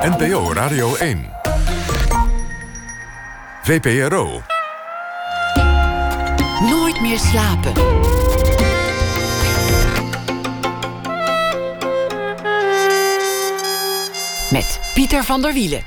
NPO Radio 1. VPRO. Nooit meer slapen. Met Pieter van der Wielen.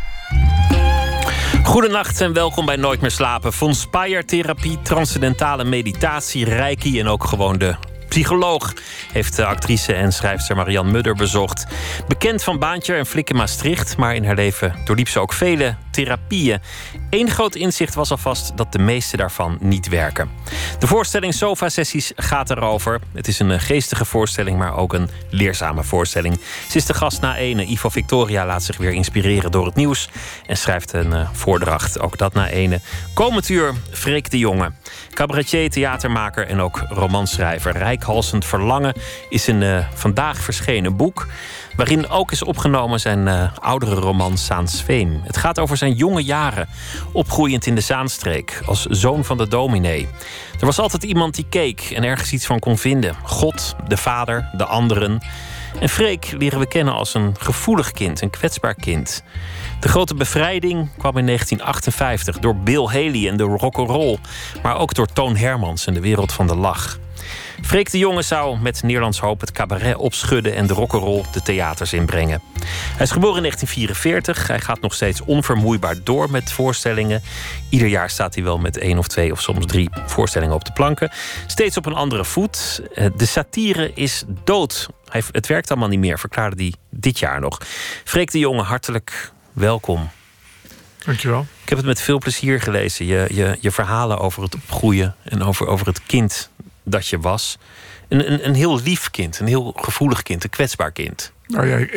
Goedenacht en welkom bij Nooit meer slapen. Von Speyer-therapie, transcendentale meditatie, reiki en ook gewoon de psycholoog heeft de actrice en schrijfster Marianne Mudder bezocht. Bekend van Baantje en Flik in Maastricht, maar in haar leven doorliep ze ook vele therapieën. Eén groot inzicht was alvast dat de meeste daarvan niet werken. De voorstelling Sofa-sessies gaat erover. Het is een geestige voorstelling, maar ook een leerzame voorstelling. Ze is de gast na ene. Ivo Victoria laat zich weer inspireren door het nieuws en schrijft een voordracht, ook dat na ene. Komend uur Freek de Jonge. Cabaretier, theatermaker en ook romanschrijver. Reikhalzend Verlangen is een vandaag verschenen boek, waarin ook is opgenomen zijn oudere roman Zaansveen. Het gaat over zijn jonge jaren, opgroeiend in de Zaanstreek, als zoon van de dominee. Er was altijd iemand die keek en ergens iets van kon vinden. God, de vader, de anderen. En Freek leren we kennen als een gevoelig kind, een kwetsbaar kind. De grote bevrijding kwam in 1958 door Bill Haley en de rock'n'roll, maar ook door Toon Hermans en de wereld van de lach. Freek de Jonge zou met Nederlands Hoop het cabaret opschudden en de rock'n'roll de theaters inbrengen. Hij is geboren in 1944. Hij gaat nog steeds onvermoeibaar door met voorstellingen. Ieder jaar staat hij wel met 1 of 2 of soms 3 voorstellingen op de planken. Steeds op een andere voet. De satire is dood. Het werkt allemaal niet meer, verklaarde hij dit jaar nog. Freek de Jonge, hartelijk welkom. Dankjewel. Ik heb het met veel plezier gelezen. Je verhalen over het opgroeien en over het kind dat je was. Een heel lief kind, een heel gevoelig kind, een kwetsbaar kind. Nou ja,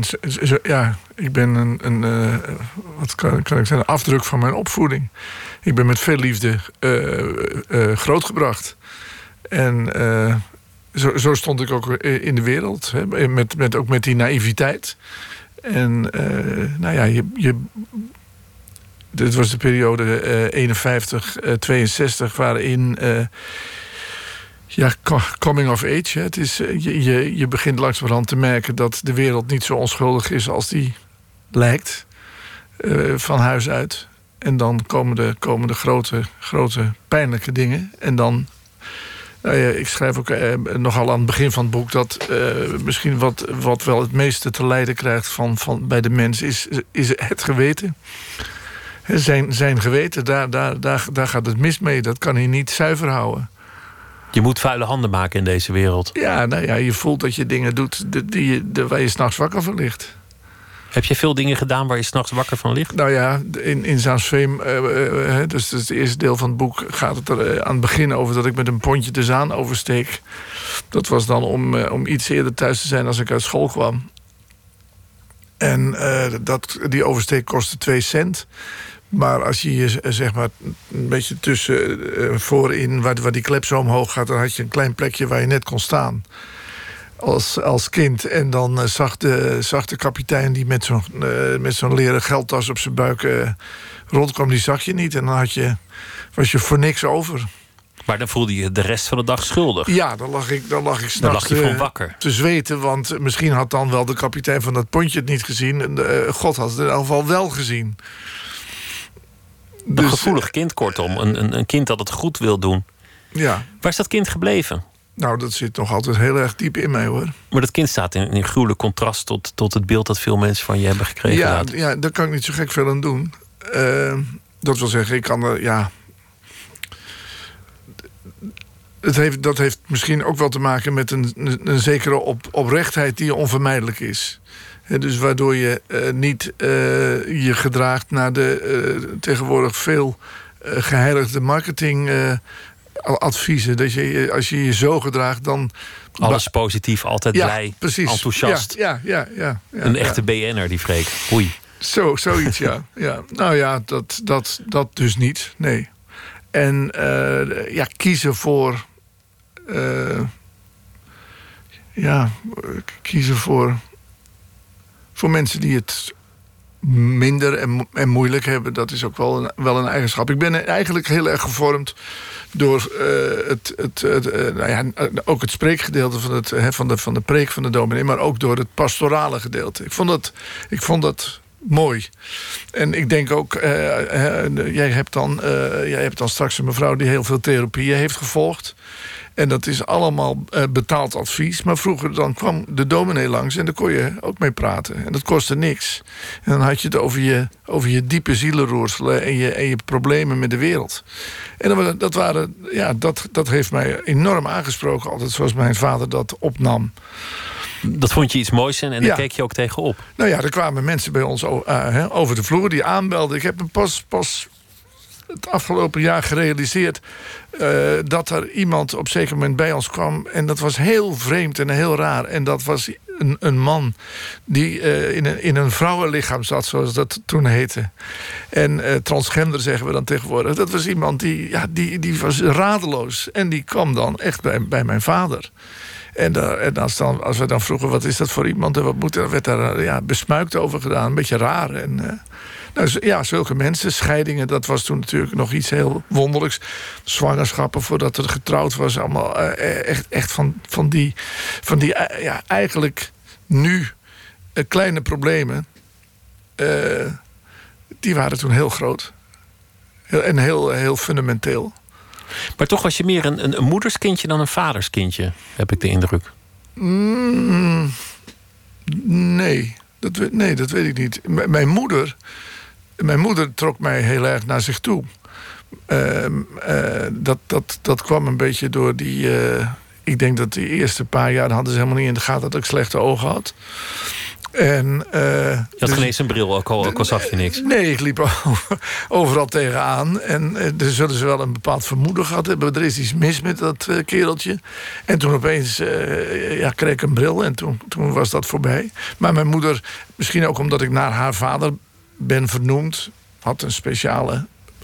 ik ben een wat kan ik zeggen, een afdruk van mijn opvoeding. Ik ben met veel liefde grootgebracht. En zo stond ik ook in de wereld, hè, ook met die naïviteit. En nou ja, dit was de periode 51-62, waarin coming of age. Hè. Het is, je begint langzamerhand te merken dat de wereld niet zo onschuldig is als die lijkt, van huis uit. En dan komen de grote pijnlijke dingen. En dan, ik schrijf ook nogal aan het begin van het boek dat misschien wat wel het meeste te lijden krijgt bij de mens is het geweten. Zijn geweten, daar gaat het mis mee. Dat kan hij niet zuiver houden. Je moet vuile handen maken in deze wereld. Ja, nou ja, je voelt dat je dingen doet waar je 's nachts wakker van ligt. Heb je veel dingen gedaan waar je 's nachts wakker van ligt? Nou ja, in Zaanstream, dus het eerste deel van het boek, gaat het er aan het begin over dat ik met een pontje de Zaan oversteek. Dat was dan om iets eerder thuis te zijn als ik uit school kwam. En die oversteek kostte 2 cent. Maar als je je zeg maar een beetje voorin, waar die klep zo omhoog gaat, dan had je een klein plekje waar je net kon staan. Als kind. En dan zag de kapitein die met zo'n leren geldtas op zijn buik rondkwam, die zag je niet. En dan was je voor niks over. Maar dan voelde je de rest van de dag schuldig. Ja, dan lag ik s'nachts te zweten. Want misschien had dan wel de kapitein van dat pontje het niet gezien. God had het in elk geval wel gezien. Een gevoelig kind, kortom. Een kind dat het goed wil doen. Ja. Waar is dat kind gebleven? Nou, dat zit nog altijd heel erg diep in mij, hoor. Maar dat kind staat in gruwelijk contrast tot het beeld dat veel mensen van je hebben gekregen. Ja, daar kan ik niet zo gek veel aan doen. Dat wil zeggen, ik kan er, ja. Dat heeft misschien ook wel te maken met een zekere oprechtheid die onvermijdelijk is. Dus waardoor je niet je gedraagt naar de tegenwoordig veel geheiligde marketingadviezen. Dat als je je zo gedraagt, dan alles positief, altijd blij, precies. Enthousiast. Ja. Een echte BN'er, die Freek. Oei. Zoiets, ja. Nou ja, dat dus niet, nee. En kiezen voor mensen die het minder en moeilijk hebben. Dat is ook wel een eigenschap. Ik ben eigenlijk heel erg gevormd door ook het spreekgedeelte van de preek van de dominee, maar ook door het pastorale gedeelte. Ik vond dat mooi. En ik denk ook, jij hebt dan straks een mevrouw die heel veel therapieën heeft gevolgd. En dat is allemaal betaald advies. Maar vroeger dan kwam de dominee langs en daar kon je ook mee praten. En dat kostte niks. En dan had je het over je diepe zielenroerselen en je problemen met de wereld. En dat heeft mij enorm aangesproken, altijd zoals mijn vader dat opnam. Dat vond je iets moois en daar keek je ook tegenop. Nou ja, er kwamen mensen bij ons over de vloer die aanbelden. Ik heb me pas het afgelopen jaar gerealiseerd dat er iemand op een zeker moment bij ons kwam. En dat was heel vreemd en heel raar. En dat was een man die in een vrouwenlichaam zat, zoals dat toen heette. En transgender zeggen we dan tegenwoordig. Dat was iemand die was radeloos. En die kwam dan echt bij mijn vader. En als we dan vroegen, wat is dat voor iemand en wat moet er, werd daar besmuikt over gedaan. Een beetje raar. En zulke mensen. Scheidingen, dat was toen natuurlijk nog iets heel wonderlijks. Zwangerschappen voordat er getrouwd was. Allemaal echt van die eigenlijk nu kleine problemen. Die waren toen heel groot. En heel fundamenteel. Maar toch was je meer een moederskindje dan een vaderskindje, heb ik de indruk. Nee, dat weet ik niet. Mijn moeder trok mij heel erg naar zich toe. Dat kwam een beetje door die... ik denk dat die eerste paar jaar hadden ze helemaal niet in de gaten dat ik slechte ogen had. En, je had geen eens een bril, ook al zag je niks. Nee, ik liep overal tegenaan. En er zullen ze wel een bepaald vermoeden gehad hebben. Er is iets mis met dat kereltje. En toen opeens kreeg ik een bril en toen was dat voorbij. Maar mijn moeder, misschien ook omdat ik naar haar vader ben vernoemd, had een speciale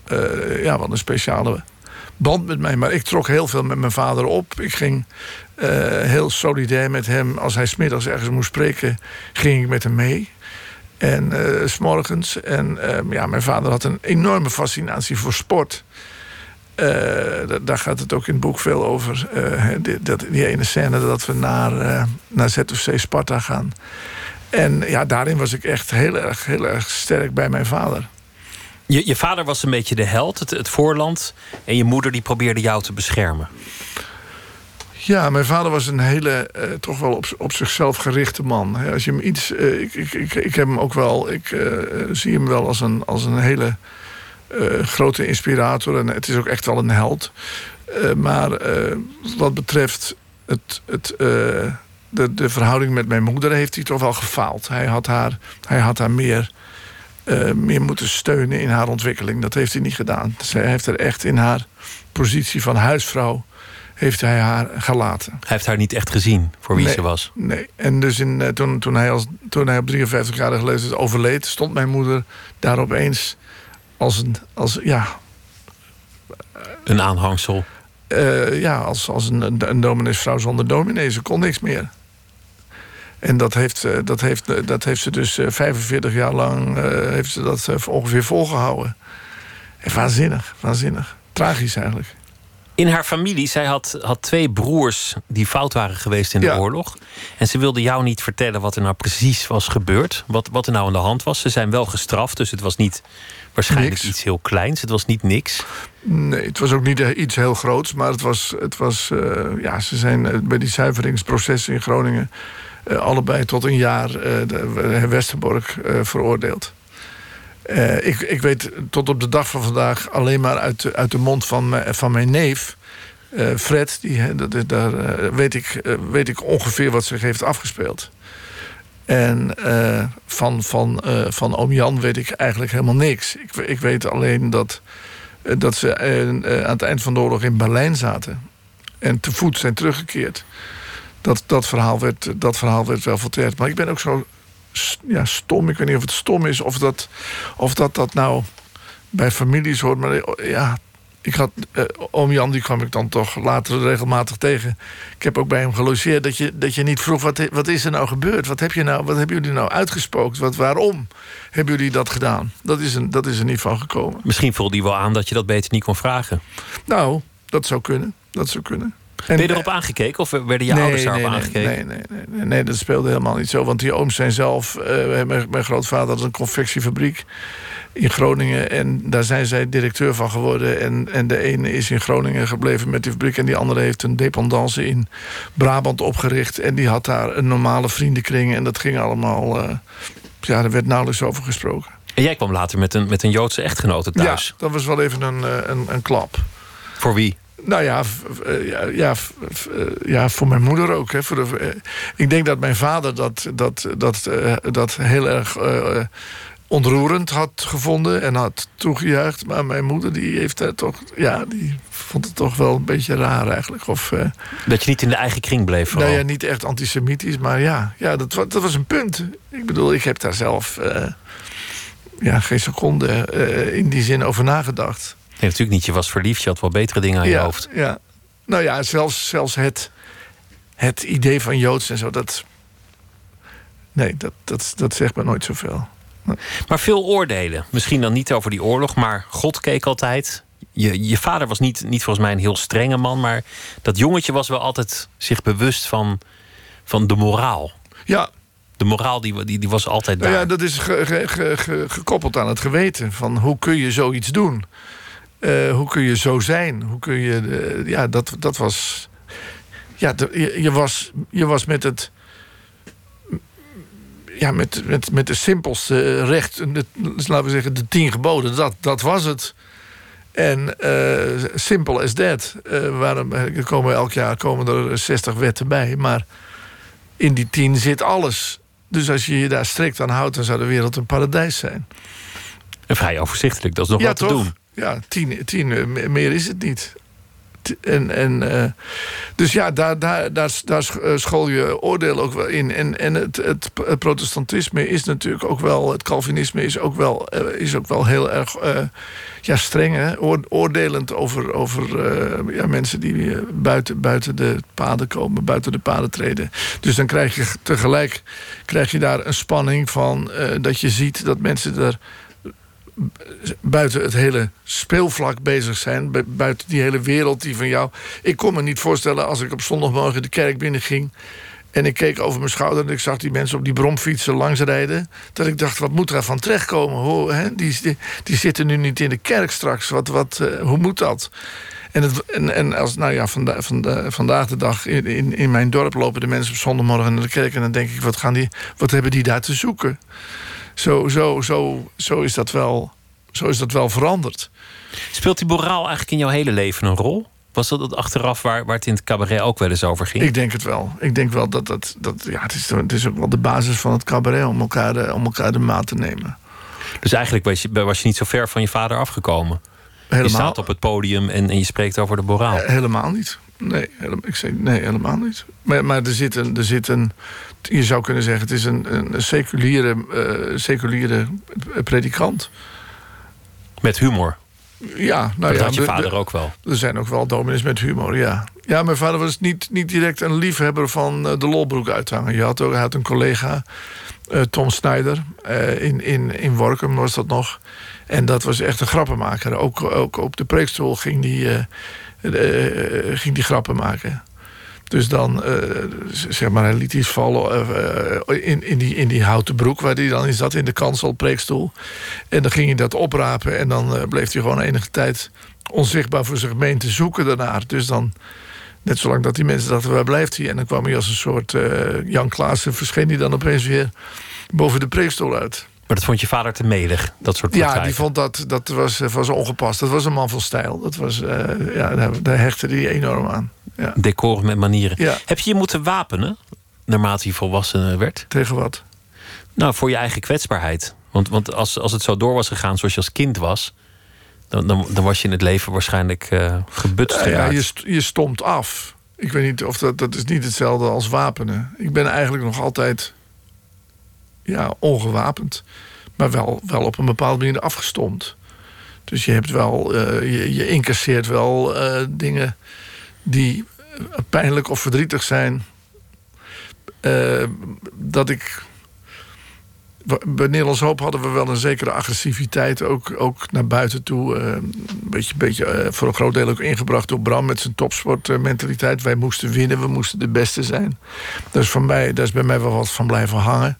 band met mij. Maar ik trok heel veel met mijn vader op. Ik ging heel solidair met hem. Als hij 's middags ergens moest spreken, ging ik met hem mee. En 's morgens. En mijn vader had een enorme fascinatie voor sport. Daar gaat het ook in het boek veel over. Die ene scène dat we naar ZFC Sparta gaan. En daarin was ik echt heel erg sterk bij mijn vader. Je vader was een beetje de held, het voorland. En je moeder die probeerde jou te beschermen. Ja, mijn vader was een hele, toch wel op zichzelf gerichte man. Als je hem iets... Ik heb hem ook wel... Ik zie hem wel als een hele grote inspirator. En het is ook echt wel een held. Maar wat betreft de verhouding met mijn moeder heeft hij toch wel gefaald. Hij had haar meer moeten steunen in haar ontwikkeling. Dat heeft hij niet gedaan. Dus hij heeft er echt in haar positie van huisvrouw heeft hij haar gelaten. Hij heeft haar niet echt gezien voor wie ze was. Nee. En dus toen hij op 53-jarige leeftijd overleed, stond mijn moeder daar opeens als een aanhangsel. Als een domineesvrouw zonder dominee. Ze kon niks meer. En dat heeft ze dus 45 jaar lang heeft ze dat ongeveer volgehouden. En waanzinnig. Tragisch eigenlijk. In haar familie, zij had 2 broers die fout waren geweest in de oorlog. En ze wilde jou niet vertellen wat er nou precies was gebeurd. Wat er nou aan de hand was. Ze zijn wel gestraft, dus het was niet waarschijnlijk iets heel kleins. Het was niet niks. Nee, het was ook niet iets heel groots. Maar ze zijn bij die zuiveringsprocessen in Groningen allebei tot een jaar Westerbork veroordeeld. Ik weet tot op de dag van vandaag alleen maar uit de mond van mijn neef, Fred. Daar weet ik ongeveer wat zich heeft afgespeeld. En van oom Jan weet ik eigenlijk helemaal niks. Ik weet alleen dat ze aan het eind van de oorlog in Berlijn zaten. En te voet zijn teruggekeerd. Dat verhaal werd wel verteld. Maar ik ben ook zo stom. Ik weet niet of het stom is of dat nou bij families hoort. Maar ik had oom Jan, die kwam ik dan toch later regelmatig tegen. Ik heb ook bij hem gelogeerd dat je niet vroeg, wat is er nou gebeurd? Wat hebben jullie nou uitgespookt? Waarom hebben jullie dat gedaan? Dat is er niet van gekomen. Misschien voelde hij wel aan dat je dat beter niet kon vragen. Nou, dat zou kunnen. Ben je erop aangekeken of werden je ouders daarop aangekeken? Nee, dat speelde helemaal niet zo. Want die ooms zijn zelf... mijn grootvader had een confectiefabriek in Groningen. En daar zijn zij directeur van geworden. En de ene is in Groningen gebleven met die fabriek. En die andere heeft een dependance in Brabant opgericht. En die had daar een normale vriendenkring. En dat ging allemaal... er werd nauwelijks over gesproken. En jij kwam later met een Joodse echtgenote thuis. Ja, dat was wel even een klap. Voor wie? Nou ja, voor mijn moeder ook. Hè. Ik denk dat mijn vader dat heel erg ontroerend had gevonden en had toegejuicht. Maar mijn moeder die heeft daar toch, die vond het toch wel een beetje raar eigenlijk. Dat je niet in de eigen kring bleef vooral. Nou ja, niet echt antisemitisch, maar dat was een punt. Ik bedoel, ik heb daar zelf geen seconde in die zin over nagedacht. Nee, natuurlijk niet. Je was verliefd, je had wel betere dingen aan je hoofd. Ja. Nou ja, zelfs het idee van Joods en zo, dat zegt me nooit zoveel. Nee. Maar veel oordelen. Misschien dan niet over die oorlog, maar God keek altijd. Je vader was niet volgens mij een heel strenge man, maar dat jongetje was wel altijd zich bewust van de moraal. Ja. De moraal die was altijd daar. Nou ja, dat is gekoppeld aan het geweten. Van hoe kun je zoiets doen? Hoe kun je zo zijn? Hoe kun je... dat was... Ja, je was met het... Ja, met de simpelste recht... laten we zeggen, de 10 geboden. Dat was het. En simple as that. Elk jaar komen er 60 wetten bij. Maar in die 10 zit alles. Dus als je je daar strikt aan houdt... dan zou de wereld een paradijs zijn. En vrij overzichtelijk, dat is nog wat te doen. Ja, 10 meer is het niet. Dus ja, daar school je oordeel ook wel in. En het protestantisme is natuurlijk ook wel... het Calvinisme is ook wel heel erg streng. Hè? Oordelend over mensen die buiten de paden komen. Buiten de paden treden. Dus dan krijg je tegelijk daar een spanning van... dat je ziet dat mensen er... buiten het hele speelvlak bezig zijn. Buiten die hele wereld die van jou... Ik kon me niet voorstellen als ik op zondagmorgen de kerk binnenging... en ik keek over mijn schouder en ik zag die mensen op die bromfietsen langsrijden... dat ik dacht, wat moet er van terechtkomen? Die zitten nu niet in de kerk straks. Hoe moet dat? En als, vandaag de dag in mijn dorp lopen de mensen op zondagmorgen naar de kerk... en dan denk ik, wat hebben die daar te zoeken? Zo is dat wel veranderd. Speelt die moraal eigenlijk in jouw hele leven een rol? Was dat achteraf waar het in het cabaret ook wel eens over ging? Ik denk het wel. Ik denk wel dat het is ook wel de basis van het cabaret... om elkaar de maat te nemen. Dus eigenlijk was je niet zo ver van je vader afgekomen? Helemaal. Je staat op het podium en je spreekt over de moraal. Helemaal niet. Nee, helemaal niet. Maar er zit een je zou kunnen zeggen, het is een seculiere predikant. Met humor? Ja, dat had je vader ook wel. Er zijn ook wel dominees met humor, ja. Ja, mijn vader was niet direct een liefhebber van de lolbroek uithangen. Hij had een collega, Tom Snyder, in Workum was dat nog. En dat was echt een grappenmaker. Ook op de preekstoel ging die grappen maken. Dus dan, hij liet iets vallen in die houten broek... waar hij dan in zat, in de kansel, preekstoel. En dan ging hij dat oprapen... en dan bleef hij gewoon enige tijd onzichtbaar voor zijn gemeente zoeken daarnaar. Dus dan, net zolang dat die mensen dachten, waar blijft hij? En dan kwam hij als een soort Jan Klaassen... verscheen hij dan opeens weer boven de preekstoel uit. Maar dat vond je vader te medig, dat soort praktijken? Ja, die vond dat was ongepast. Dat was een man van stijl. Dat was, daar hechtte hij enorm aan. Ja. Decorum en manieren. Ja. Heb je moeten wapenen, naarmate je volwassen werd? Tegen wat? Nou, voor je eigen kwetsbaarheid. Want als het zo door was gegaan zoals je als kind was... dan was je in het leven waarschijnlijk gebutst geraakt. Ja, je stomt af. Ik weet niet of dat is niet hetzelfde als wapenen. Ik ben eigenlijk nog altijd... ongewapend. Maar wel op een bepaalde manier afgestomd. Dus je hebt wel... je incasseert wel dingen... die pijnlijk of verdrietig zijn... dat ik Bij Nederlands Hoop hadden we wel een zekere agressiviteit, ook naar buiten toe. Een beetje voor een groot deel ook ingebracht door Bram met zijn topsportmentaliteit. Wij moesten winnen, we moesten de beste zijn. Daar is bij mij wel wat van blijven hangen.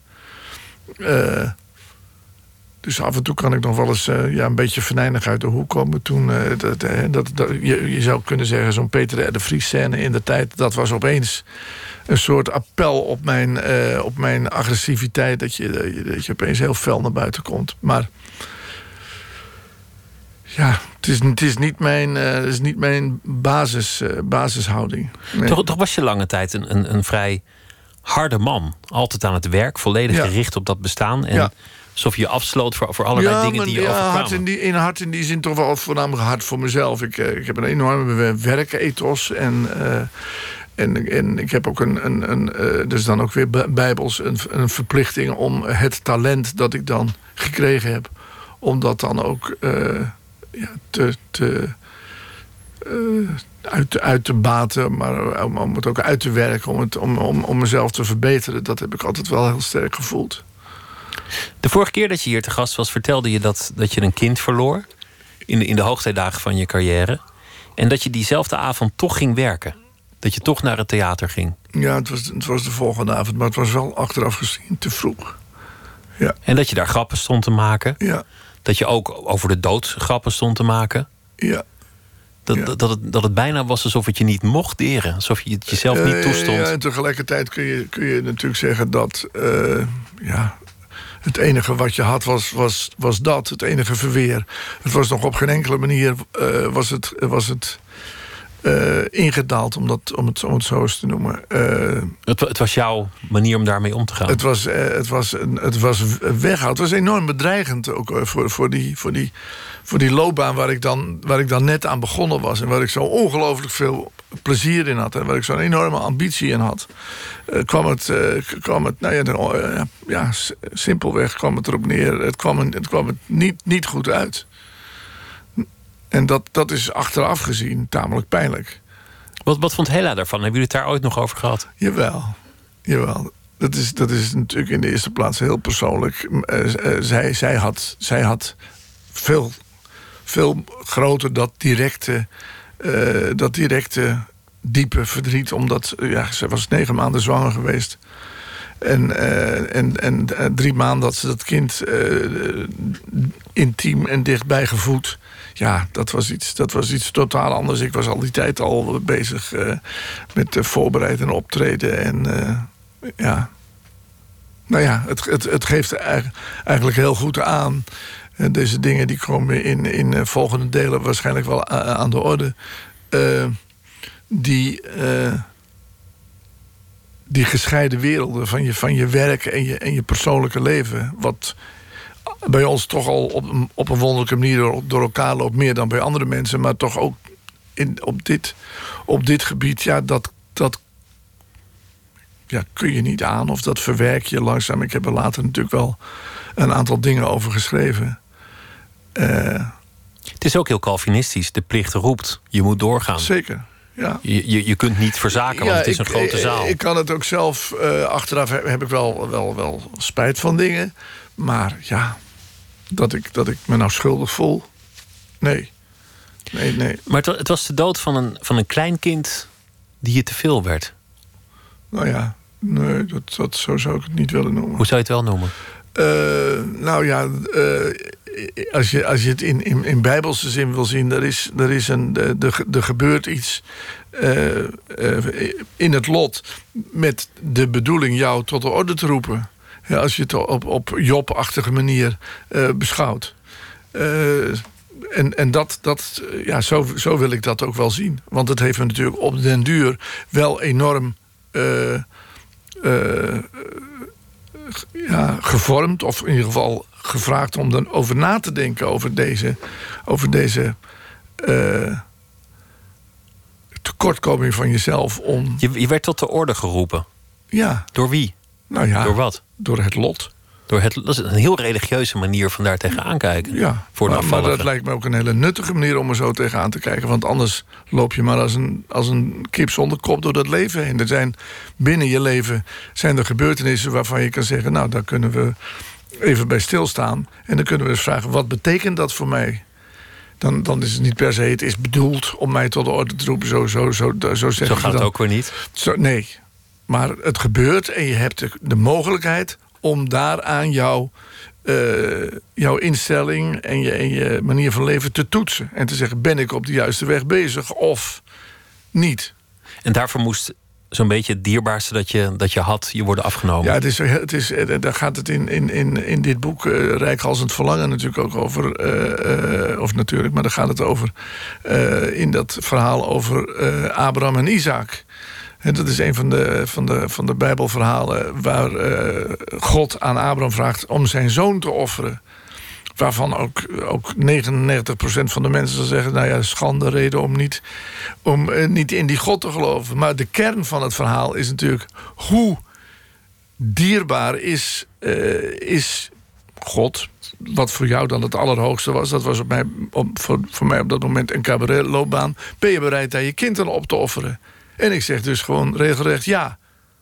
Dus af en toe kan ik nog wel eens een beetje venijnig uit de hoek komen. Toen, je zou kunnen zeggen, zo'n Peter R. de Vries scène in de tijd, dat was opeens een soort appel op mijn agressiviteit, dat je opeens heel fel naar buiten komt. Maar ja, het is niet mijn basishouding. Nee. Toch was je lange tijd een vrij harde man. Altijd aan het werk, volledig gericht op dat bestaan. En alsof je je afsloot voor allerlei dingen die je overkwamen. Hard in die zin toch wel voornamelijk hard voor mezelf. Ik heb een enorme werkethos en ik heb ook dus dan ook weer bijbels een verplichting om het talent dat ik dan gekregen heb, om dat dan ook uit te baten, maar om het ook uit te werken, om mezelf te verbeteren. Dat heb ik altijd wel heel sterk gevoeld. De vorige keer dat je hier te gast was, vertelde je dat je een kind verloor in de hoogtijdagen van je carrière. En dat je diezelfde avond toch ging werken. Dat je toch naar het theater ging. Ja, het was de volgende avond, maar het was wel achteraf gezien te vroeg. Ja. En dat je daar grappen stond te maken. Ja. Dat je ook over de dood grappen stond te maken. Ja. Dat het bijna was alsof het je niet mocht deren. Alsof je het jezelf niet toestond. Ja, en tegelijkertijd kun je natuurlijk zeggen dat het enige wat je had was dat. Het enige verweer. Het was nog op geen enkele manier was het ingedaald, om het zo eens te noemen. Het was jouw manier om daarmee om te gaan. Het was weghouden. Het was enorm bedreigend ook voor die loopbaan waar ik dan net aan begonnen was. En waar ik zo ongelooflijk veel plezier in had. En waar ik zo'n enorme ambitie in had. Simpelweg kwam het erop neer. Het kwam het niet goed uit. En dat is achteraf gezien tamelijk pijnlijk. Wat vond Hella daarvan? Hebben jullie het daar ooit nog over gehad? Jawel. Dat is natuurlijk in de eerste plaats heel persoonlijk. Zij had veel groter dat directe diepe verdriet. Omdat ze was 9 maanden zwanger geweest. En 3 maanden dat ze dat kind intiem en dichtbij gevoed. Ja, dat was iets totaal anders. Ik was al die tijd al bezig met voorbereiden en optreden. En het geeft eigenlijk heel goed aan. Deze dingen die komen in volgende delen waarschijnlijk wel aan de orde. Die gescheiden werelden van je werk en je persoonlijke leven. Wat bij ons toch al op een wonderlijke manier door elkaar loopt. Meer dan bij andere mensen. Maar toch ook op dit gebied. Dat kun je niet aan. Of dat verwerk je langzaam. Ik heb er later natuurlijk wel een aantal dingen over geschreven. Het is ook heel Calvinistisch. De plicht roept. Je moet doorgaan. Zeker. Ja. Je kunt niet verzaken, want het is een grote zaal. Ik kan het ook zelf. Achteraf heb ik wel spijt van dingen. Maar ja, dat ik me nou schuldig voel. Nee. Maar het was de dood van een klein kind die je te veel werd. Nou ja, nee, zo zou ik het niet willen noemen. Hoe zou je het wel noemen? Als je het in bijbelse zin wil zien, er gebeurt iets in het lot met de bedoeling jou tot de orde te roepen. Ja, als je het op Job-achtige manier beschouwt. Zo wil ik dat ook wel zien. Want het heeft me natuurlijk op den duur wel enorm gevormd. Of in ieder geval gevraagd om dan over na te denken over deze tekortkoming van jezelf. Je werd tot de orde geroepen. Ja. Door wie? Nou ja, door wat? Door het lot. Dat is een heel religieuze manier van daar tegenaan kijken. Ja, maar dat lijkt me ook een hele nuttige manier om er zo tegenaan te kijken. Want anders loop je maar als een kip zonder kop door dat leven heen. Binnen je leven zijn er gebeurtenissen waarvan je kan zeggen, nou, daar kunnen we even bij stilstaan. En dan kunnen we eens vragen, wat betekent dat voor mij? Dan is het niet per se, het is bedoeld om mij tot de orde te roepen. Zo gaat het ook weer niet. Nee, maar het gebeurt en je hebt de mogelijkheid om daaraan jouw instelling en je manier van leven te toetsen. En te zeggen, ben ik op de juiste weg bezig of niet? En daarvoor moest zo'n beetje het dierbaarste dat je had je worden afgenomen. Ja, daar gaat het in dit boek Reikhalzend Verlangen natuurlijk ook over. Maar daar gaat het over in dat verhaal over Abraham en Isaac. En dat is een van de Bijbelverhalen waar God aan Abraham vraagt om zijn zoon te offeren. Waarvan ook 99% van de mensen zal zeggen, nou ja, schande reden om niet in die God te geloven. Maar de kern van het verhaal is natuurlijk, hoe dierbaar is God, wat voor jou dan het allerhoogste was. Dat was voor mij op dat moment een cabaretloopbaan. Ben je bereid daar je kind aan op te offeren? En ik zeg dus gewoon regelrecht ja.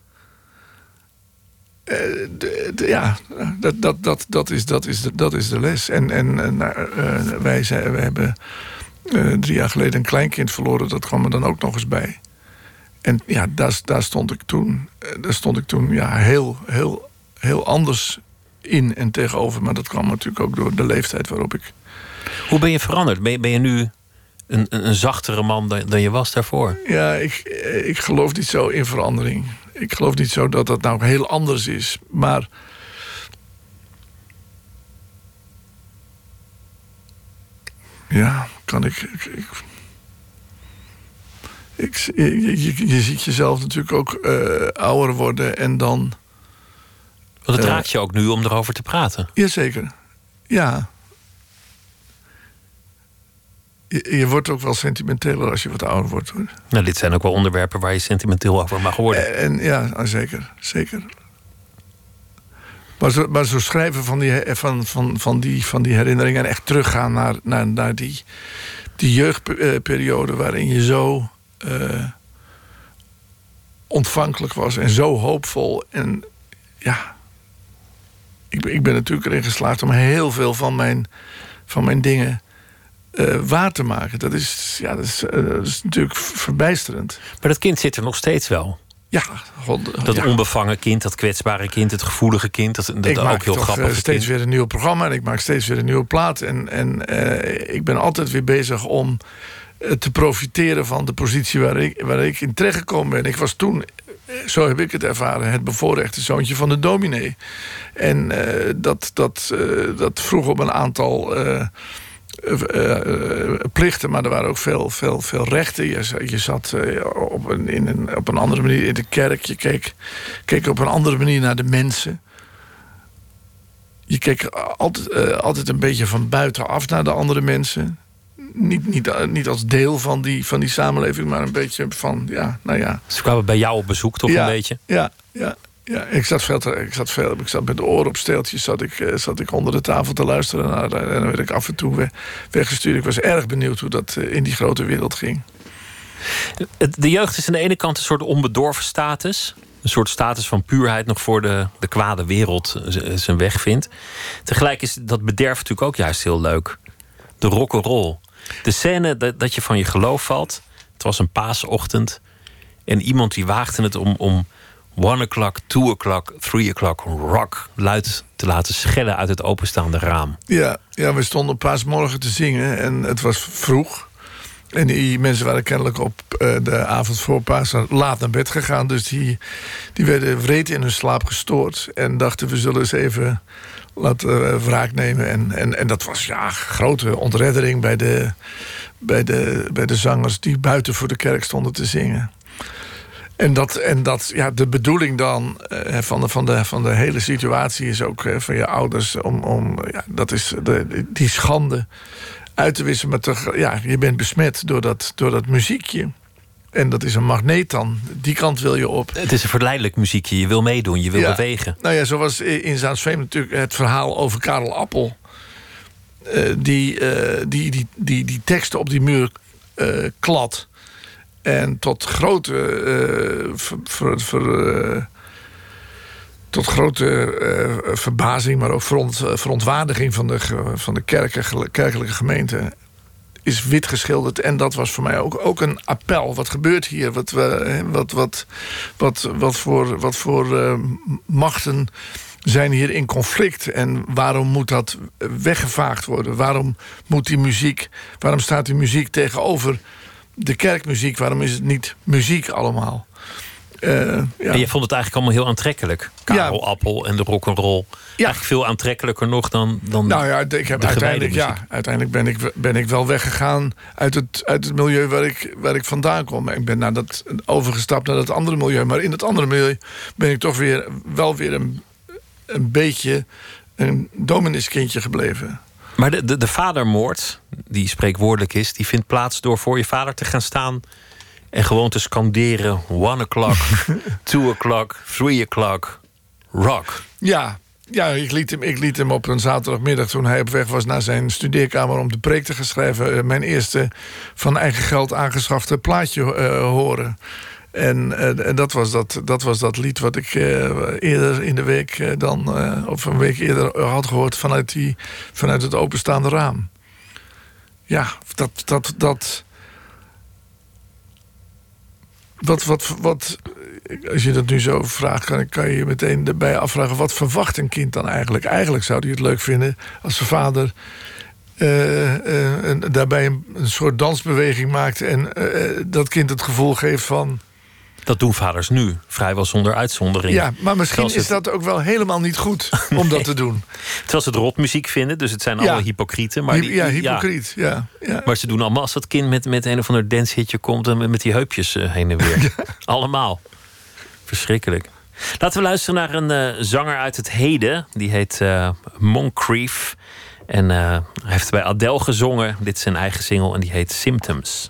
Dat is de les. Wij hebben 3 jaar geleden een kleinkind verloren. Dat kwam er dan ook nog eens bij. En ja, daar stond ik toen heel, heel, heel anders in en tegenover. Maar dat kwam natuurlijk ook door de leeftijd waarop ik... Hoe ben je veranderd? Ben je nu een zachtere man dan je was daarvoor? Ja, ik geloof niet zo in verandering. Ik geloof niet zo dat dat nou heel anders is. Maar ja, kan ik je ziet jezelf natuurlijk ook ouder worden en dan... Want het raakt je ook nu om erover te praten. Jazeker, ja. Je wordt ook wel sentimenteler als je wat ouder wordt, hoor. Nou, dit zijn ook wel onderwerpen waar je sentimenteel over mag worden. En ja, zeker. Maar zo schrijven van die herinneringen en echt teruggaan naar die jeugdperiode waarin je zo ontvankelijk was en zo hoopvol. En ja, ik ben natuurlijk erin geslaagd om heel veel van mijn dingen waar te maken. Dat is natuurlijk verbijsterend. Maar dat kind zit er nog steeds wel. Ja, dat onbevangen kind, dat kwetsbare kind, het gevoelige kind, dat ook heel grappig. Ik maak steeds weer een nieuw programma en ik maak steeds weer een nieuwe plaat. En ik ben altijd weer bezig om te profiteren van de positie waar ik in terechtgekomen ben. Ik was toen, zo heb ik het ervaren, het bevoorrechte zoontje van de dominee. En dat vroeg op een aantal plichten, maar er waren ook veel rechten. Je zat op een andere manier in de kerk. Je keek op een andere manier naar de mensen. Je keek altijd een beetje van buitenaf naar de andere mensen. Niet als deel van die samenleving, maar een beetje van, ja, nou ja. Ze kwamen bij jou op bezoek, toch een beetje? Ja. Ik zat met de oren op steeltjes zat ik onder de tafel te luisteren naar, en dan werd ik af en toe weggestuurd. Ik was erg benieuwd hoe dat in die grote wereld ging. De jeugd is aan de ene kant een soort onbedorven status. Een soort status van puurheid nog voor de kwade wereld zijn weg vindt. Tegelijk is dat bederf natuurlijk ook juist heel leuk. De rock'n'roll. De scène dat je van je geloof valt. Het was een paasochtend. En iemand die waagde het om 1 o'clock, 2 o'clock, 3 o'clock rock luid te laten schellen uit het openstaande raam. Ja, we stonden op paasmorgen te zingen en het was vroeg. En die mensen waren kennelijk op de avond voor Pasen laat naar bed gegaan. Dus die werden wreed in hun slaap gestoord. En dachten, we zullen eens even laten wraak nemen. En dat was grote ontreddering bij de zangers die buiten voor de kerk stonden te zingen. En de bedoeling dan van de hele situatie is ook van je ouders dat is die schande uit te wissen. Maar toch, je bent besmet door dat muziekje. En dat is een magneet dan. Die kant wil je op. Het is een verleidelijk muziekje. Je wil meedoen, je wil bewegen. Nou ja, zo was in Zaanstreem natuurlijk het verhaal over Karel Appel. Die teksten op die muur klad. tot grote verbazing, maar ook verontwaardiging van de kerkelijke gemeente, is wit geschilderd. En dat was voor mij ook een appel. Wat gebeurt hier? Wat voor machten zijn hier in conflict? En waarom moet dat weggevaagd worden? Waarom staat die muziek tegenover de kerkmuziek? Waarom is het niet muziek allemaal? En je vond het eigenlijk allemaal heel aantrekkelijk. Karel Appel en de rock'n'roll. Ja. Eigenlijk veel aantrekkelijker nog dan nou ja, ik heb uiteindelijk ben ik wel weggegaan uit het milieu waar ik vandaan kom. Ik ben overgestapt naar dat andere milieu. Maar in dat andere milieu ben ik toch weer een beetje een domineeskindje gebleven. Maar de vadermoord, die spreekwoordelijk is, die vindt plaats door voor je vader te gaan staan en gewoon te scanderen: 1 o'clock, 2 o'clock, 3 o'clock, rock. Ja, ik liet hem op een zaterdagmiddag, toen hij op weg was naar zijn studeerkamer om de preek te gaan schrijven, mijn eerste van eigen geld aangeschafte plaatje horen. En dat was dat lied wat ik eerder in de week of een week eerder had gehoord vanuit het openstaande raam. Ja, wat als je dat nu zo vraagt, kan je je meteen erbij afvragen: wat verwacht een kind dan eigenlijk? Eigenlijk zou hij het leuk vinden als zijn vader daarbij een soort dansbeweging maakt en dat kind het gevoel geeft van. Dat doen vaders nu, vrijwel zonder uitzondering. Ja, maar misschien is dat ook wel helemaal niet goed om dat te doen. Terwijl ze het rotmuziek vinden, dus het zijn allemaal hypocrieten. Maar hypocriet, ja. Maar ze doen allemaal als dat kind met een of ander dancehitje komt en met die heupjes heen en weer. Ja. Allemaal. Verschrikkelijk. Laten we luisteren naar een zanger uit het heden. Die heet Moncrief. En hij heeft bij Adele gezongen. Dit is zijn eigen single en die heet Symptoms.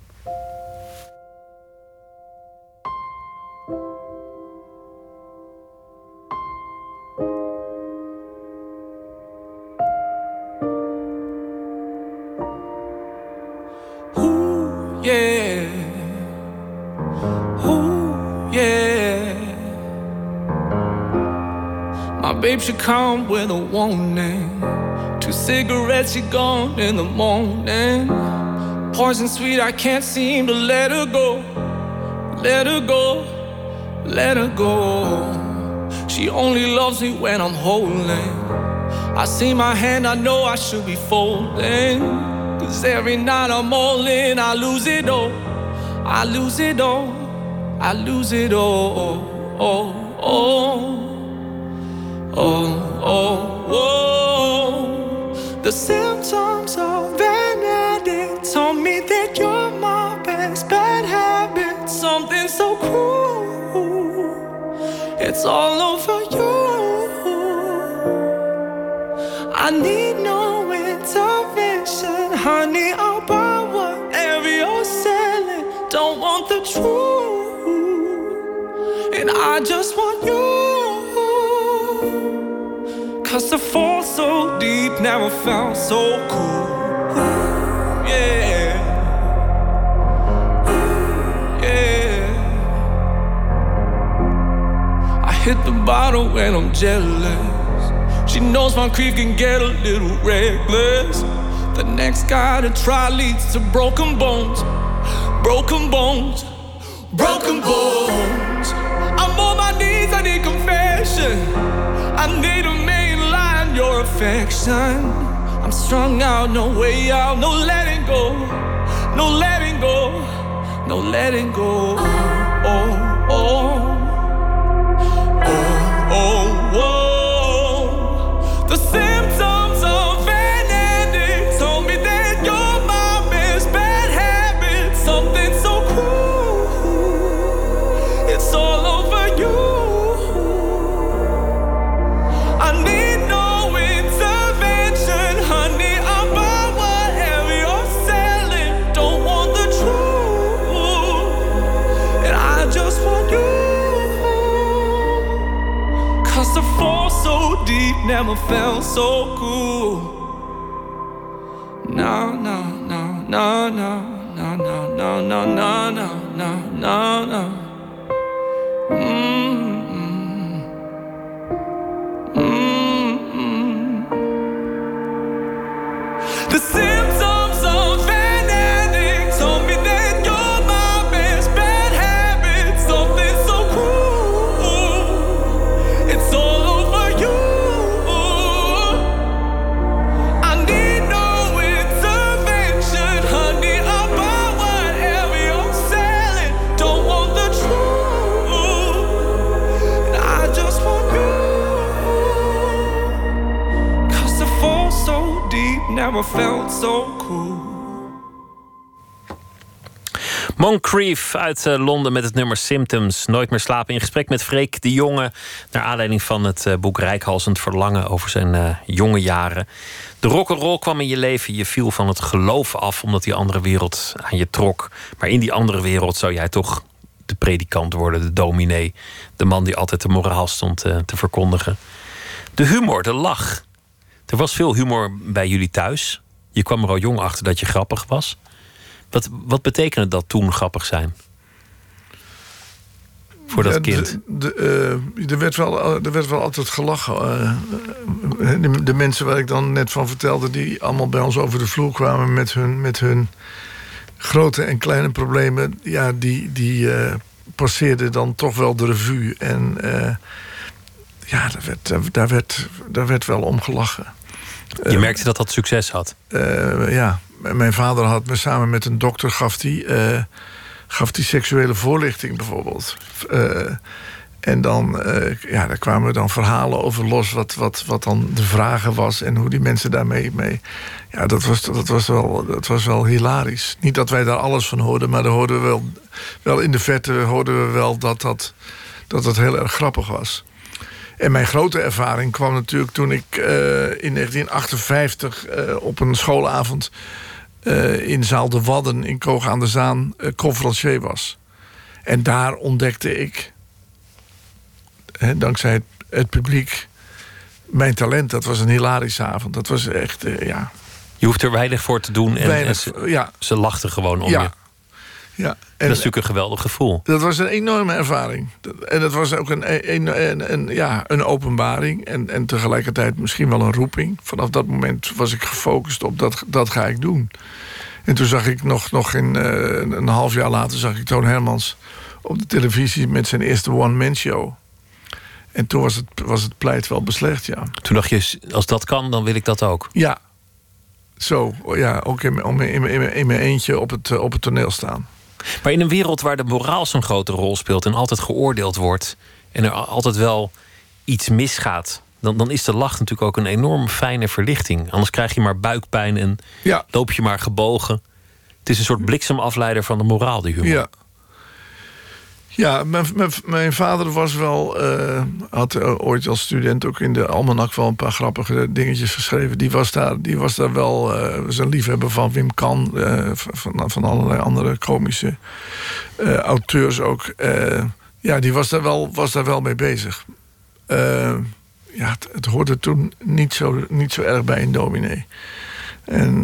Babe, she come with a warning. 2 cigarettes, she gone in the morning. Poison sweet, I can't seem to let her go. Let her go, let her go. She only loves me when I'm holding. I see my hand, I know I should be folding. 'Cause every night I'm all in, I lose it all. I lose it all, I lose it all. Oh, oh. Oh, oh, oh. The symptoms of an addict told me that you're my best bad habit. Something so cruel, it's all over you. I need no intervention, honey. I'll buy whatever you're selling. Don't want the truth, and I just want you. 'Cause the fall so deep, never felt so cool. Yeah, yeah. I hit the bottle when I'm jealous. She knows my creep can get a little reckless. The next guy to try leads to broken bones. Broken bones, broken bones. I'm on my knees, I need confession. I need a your affection. I'm strung out, no way out, no letting go, no letting go, no letting go. Oh, oh, oh, oh, oh. The symptoms of an addict told me that you're my best bad habit. Something so cruel, it's all over you. I need never felt so cool. No, no, no, no, no, no, no, no, no, no, no, no, no, no. The symptoms of an addict told me that you're my best bad habit. Something so cruel, it's all over you. I need no intervention, honey. I'll buy whatever you're selling. Don't want the truth, and I just want you. 'Cause the fall so deep never felt so cool. Moncrief uit Londen met het nummer Symptoms. Nooit meer slapen. In gesprek met Freek de Jonge. Naar aanleiding van het boek Reikhalzend Verlangen over zijn jonge jaren. De rock'n'roll kwam in je leven. Je viel van het geloof af omdat die andere wereld aan je trok. Maar in die andere wereld zou jij toch de predikant worden. De dominee. De man die altijd de moraal stond te verkondigen. De humor, de lach. Er was veel humor bij jullie thuis. Je kwam er al jong achter dat je grappig was. Wat betekende dat toen grappig zijn? Voor dat kind? Er werd wel altijd gelachen. De mensen waar ik dan net van vertelde, die allemaal bij ons over de vloer kwamen met hun grote en kleine problemen, ja, die passeerden dan toch wel de revue. En ja, daar werd wel om gelachen. Je merkte dat dat succes had? Ja, mijn vader had me samen met een dokter gaf die seksuele voorlichting bijvoorbeeld. En dan daar kwamen dan verhalen over los wat dan de vragen was en hoe die mensen daarmee mee. Ja, dat was wel hilarisch. Niet dat wij daar alles van hoorden, maar daar hoorden we wel in de verte hoorden we wel dat het heel erg grappig was. En mijn grote ervaring kwam natuurlijk toen ik in 1958 op een schoolavond in zaal De Wadden in Koog aan de Zaan conferencier was. En daar ontdekte ik, dankzij het publiek, mijn talent. Dat was een hilarische avond. Dat was echt, ja. Je hoeft er weinig voor te doen en ze lachten gewoon om je. Ja. Dat is natuurlijk een geweldig gevoel. Dat was een enorme ervaring. En dat was ook een openbaring. En tegelijkertijd misschien wel een roeping. Vanaf dat moment was ik gefocust op dat ga ik doen. En toen zag ik nog een half jaar later zag ik Toon Hermans op de televisie met zijn eerste one-man show. En toen was het pleit wel beslecht, ja. Toen dacht je, als dat kan, dan wil ik dat ook. Ja. Zo, ja, ook in mijn eentje op het toneel staan. Maar in een wereld waar de moraal zo'n grote rol speelt en altijd geoordeeld wordt en er altijd wel iets misgaat, dan is de lach natuurlijk ook een enorm fijne verlichting. Anders krijg je maar buikpijn en loop je maar gebogen. Het is een soort bliksemafleider van de moraal, die humor. Ja, mijn vader was wel, had ooit als student ook in de almanak wel een paar grappige dingetjes geschreven. Die was daar wel, was een liefhebber van Wim Kan, van allerlei andere komische auteurs ook. Die was daar wel mee bezig. Het hoorde toen niet zo erg bij een dominee. En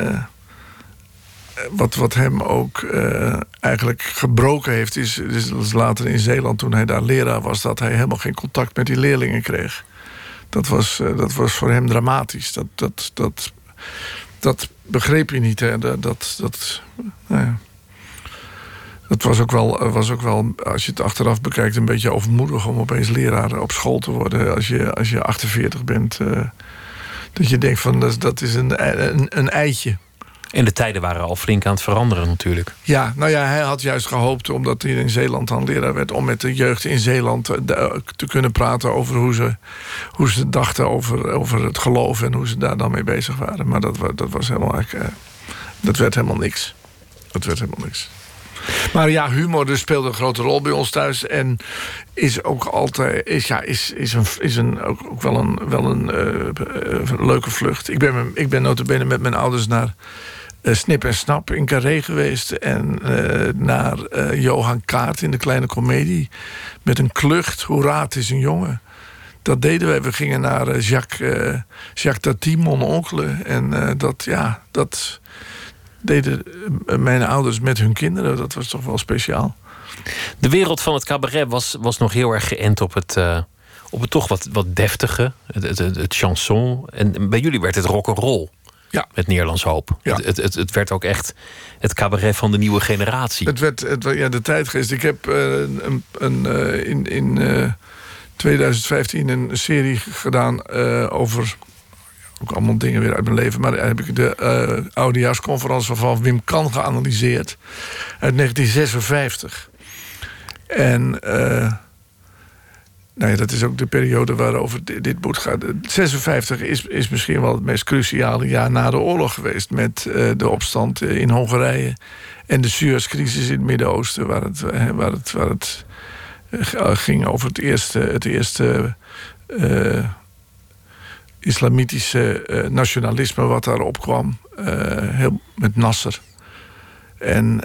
wat hem ook eigenlijk gebroken heeft, is later in Zeeland, toen hij daar leraar was, dat hij helemaal geen contact met die leerlingen kreeg. Dat was voor hem dramatisch. Dat begreep hij niet. Hè. Dat was ook wel, als je het achteraf bekijkt, een beetje overmoedig om opeens leraar op school te worden als je 48 bent. Dat je denkt van dat is een eitje. En de tijden waren al flink aan het veranderen natuurlijk. Ja, hij had juist gehoopt, omdat hij in Zeeland dan leraar werd, om met de jeugd in Zeeland te kunnen praten over hoe ze dachten over het geloof en hoe ze daar dan mee bezig waren. Maar dat was helemaal dat werd helemaal niks. Maar ja, humor speelde een grote rol bij ons thuis. En is ook altijd ook wel een leuke vlucht. Ik ben nota bene met mijn ouders naar Snip en Snap in Carré geweest. En naar Johan Kaart in de Kleine Comedie. Met een klucht, hoera, het is een jongen. Dat deden wij. We gingen naar Jacques Tati, Mon Oncle. En dat deden mijn ouders met hun kinderen. Dat was toch wel speciaal. De wereld van het cabaret was nog heel erg geënt op het toch wat deftige. Het chanson. En bij jullie werd het rock'n'roll. Ja. Met Nederlands Hoop. Ja. Het werd ook echt het cabaret van de nieuwe generatie. Het werd de tijdgeest. Ik heb in 2015 een serie gedaan over... ook allemaal dingen weer uit mijn leven. Maar daar heb ik de oudejaarsconferentie van Wim Kan geanalyseerd. Uit 1956. En dat is ook de periode waarover dit boek gaat. 56 is misschien wel het meest cruciale jaar na de oorlog geweest. Met de opstand in Hongarije. En de Suezcrisis in het Midden-Oosten. Waar het ging over het eerste islamitische nationalisme wat daar opkwam. Heel met Nasser. En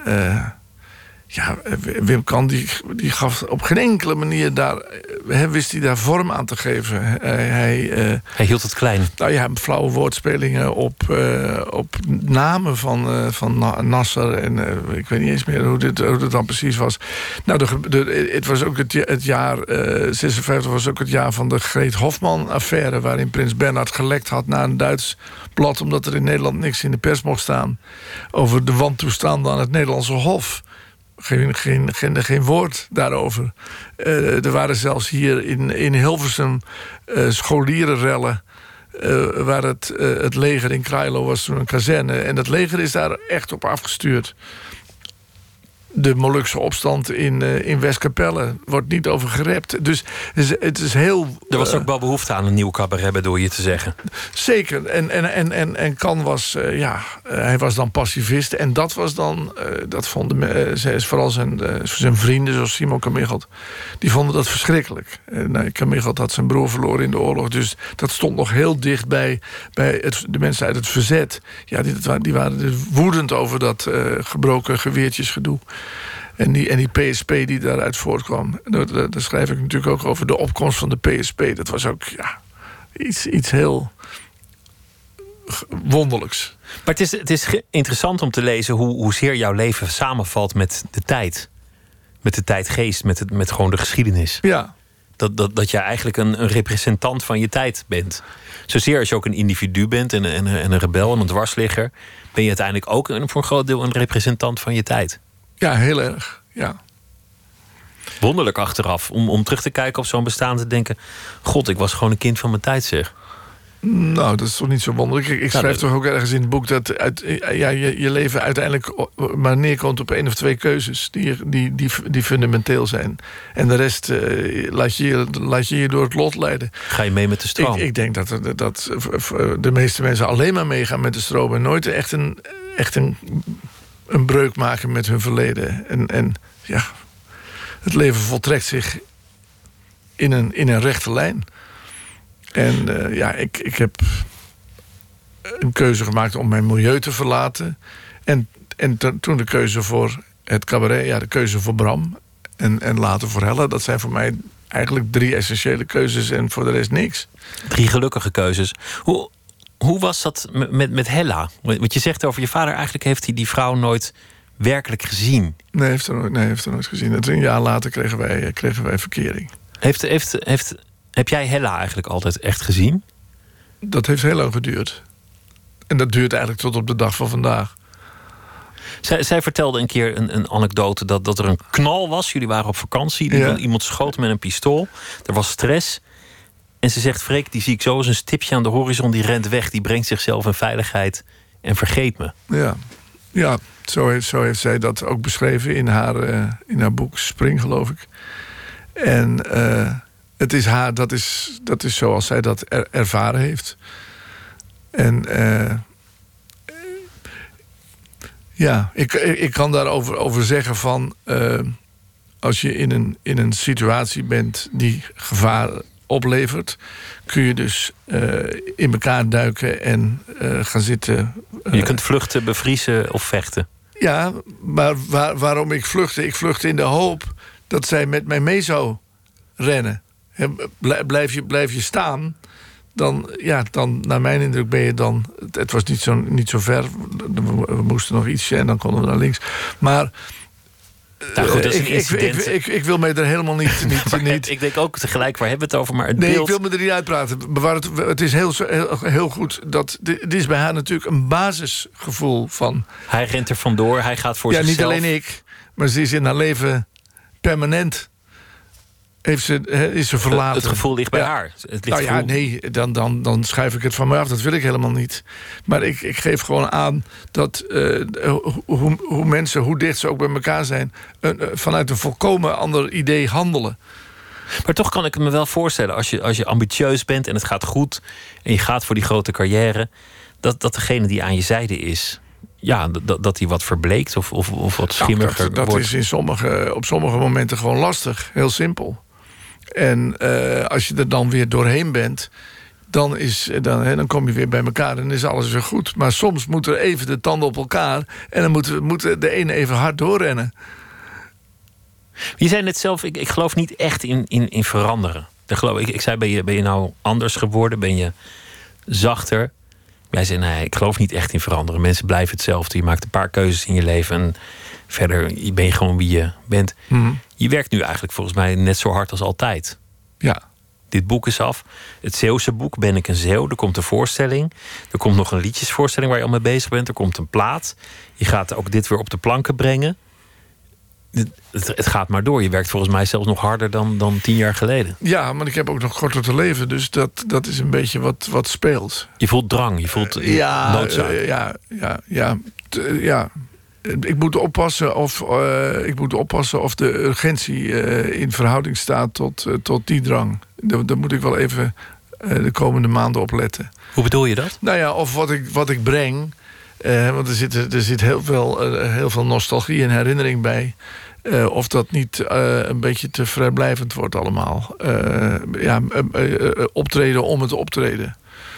Wim Kan die gaf op geen enkele manier daar... wist hij daar vorm aan te geven. Hij hield het klein. Nou ja, flauwe woordspelingen op namen van Nasser. En ik weet niet eens meer hoe dit dan precies was. Nou, het was ook het jaar... 56 was ook het jaar van de Greet Hofman-affaire... waarin Prins Bernhard gelekt had naar een Duits blad... omdat er in Nederland niks in de pers mocht staan... over de wantoestanden aan het Nederlandse Hof... Geen woord daarover. Er waren zelfs hier in Hilversum scholierenrellen... waar het leger in Krailo was toen een kazerne. En dat leger is daar echt op afgestuurd. De Molukse opstand in Westkapelle wordt niet over gerept. Dus het is heel... Er was ook wel behoefte aan een nieuw cabaret, bedoel je te zeggen. Zeker. En Kan was... hij was dan pacifist. En dat was dan... dat vonden vooral zijn vrienden, zoals Simon Kamichelt... die vonden dat verschrikkelijk. Kamichelt had zijn broer verloren in de oorlog. Dus dat stond nog heel dicht bij de mensen uit het verzet. Ja, die waren dus woedend over dat gebroken geweertjesgedoe. En die PSP die daaruit voortkwam. Daar schrijf ik natuurlijk ook over de opkomst van de PSP. Dat was ook iets heel wonderlijks. Maar het is interessant om te lezen hoezeer jouw leven samenvalt met de tijd. Met de tijdgeest, met gewoon de geschiedenis. Ja. Dat jij eigenlijk een representant van je tijd bent. Zozeer als je ook een individu bent en een rebel en een dwarsligger... ben je uiteindelijk ook voor een groot deel een representant van je tijd. Ja, heel erg, ja. Wonderlijk achteraf, om terug te kijken op zo'n bestaan te denken... God, ik was gewoon een kind van mijn tijd, zeg. Nou, dat is toch niet zo wonderlijk. Ik schrijf toch ook ergens in het boek dat je leven uiteindelijk maar neerkomt op 1 of 2 keuzes die fundamenteel zijn. En de rest laat je door het lot leiden. Ga je mee met de stroom? Ik denk dat de meeste mensen alleen maar meegaan met de stroom en nooit echt een breuk maken met hun verleden. En het leven voltrekt zich in een rechte lijn. En ik heb een keuze gemaakt om mijn milieu te verlaten. En toen de keuze voor het cabaret, de keuze voor Bram en later voor Hella. Dat zijn voor mij eigenlijk 3 essentiële keuzes en voor de rest niks. 3 gelukkige keuzes. Hoe was dat met Hella? Want je zegt over je vader, eigenlijk heeft hij die vrouw nooit werkelijk gezien. Nee, heeft er nooit gezien. En 1 jaar later kregen wij verkering. Heb jij Hella eigenlijk altijd echt gezien? Dat heeft heel lang geduurd. En dat duurt eigenlijk tot op de dag van vandaag. Zij vertelde een keer een anekdote dat er een knal was. Jullie waren op vakantie. Iemand schoot met een pistool. Er was stress. En ze zegt, Freek, die zie ik zo als een stipje aan de horizon. Die rent weg, die brengt zichzelf in veiligheid. En vergeet me. Ja, zo heeft zij dat ook beschreven in haar boek Spring, geloof ik. En... het is haar, dat is zoals zij dat ervaren heeft. En ik kan daarover zeggen van... als je in een situatie bent die gevaar oplevert... kun je dus in elkaar duiken en gaan zitten. Je kunt vluchten, bevriezen of vechten. Ja, maar waarom ik vluchtte? Ik vluchtte in de hoop dat zij met mij mee zou rennen. Blijf je staan, dan naar mijn indruk ben je dan... Het was niet zo ver, we moesten nog ietsje en dan konden we naar links. Maar Nou goed, dat is een incident. Ik wil mij er helemaal niet... niet Ik denk ook tegelijk, waar hebben we het over? Maar het nee, beeld... ik wil me er niet uitpraten. Maar het is heel goed dat... Dit is bij haar natuurlijk een basisgevoel van... Hij rent er vandoor, hij gaat voor zichzelf. Ja, niet alleen ik, maar ze is in haar leven permanent... is ze verlaten. Het gevoel ligt bij haar. Het ligt nee, dan schuif ik het van me af. Dat wil ik helemaal niet. Maar ik geef gewoon aan dat hoe mensen, hoe dicht ze ook bij elkaar zijn... vanuit een volkomen ander idee handelen. Maar toch kan ik me wel voorstellen, als je ambitieus bent en het gaat goed... en je gaat voor die grote carrière... dat degene die aan je zijde is... ja, dat hij wat verbleekt of wat schimmiger wordt. Dat is op sommige momenten gewoon lastig. Heel simpel. En als je er dan weer doorheen bent... dan kom je weer bij elkaar en is alles weer goed. Maar soms moeten er even de tanden op elkaar... en dan moet de ene even hard doorrennen. Je zei net zelf, ik geloof niet echt in veranderen. Ik zei, ben je nou anders geworden? Ben je zachter? Jij zei, nee, ik geloof niet echt in veranderen. Mensen blijven hetzelfde. Je maakt een paar keuzes in je leven... en verder ben je gewoon wie je bent. Mm-hmm. Je werkt nu eigenlijk volgens mij net zo hard als altijd. Ja. Dit boek is af. Het Zeeuwse boek, Ben ik een Zeeuw? Er komt een voorstelling. Er komt nog een liedjesvoorstelling waar je al mee bezig bent. Er komt een plaat. Je gaat ook dit weer op de planken brengen. Het gaat maar door. Je werkt volgens mij zelfs nog harder dan 10 jaar geleden. Ja, maar ik heb ook nog korter te leven. Dus dat is een beetje wat speelt. Je voelt drang, je voelt noodzaak. Ja. Ik moet oppassen of de urgentie in verhouding staat tot die drang. Daar moet ik wel even de komende maanden op letten. Hoe bedoel je dat? Nou ja, of wat ik breng... want er zit heel veel nostalgie en herinnering bij. Of dat niet een beetje te vrijblijvend wordt allemaal. Optreden om het optreden.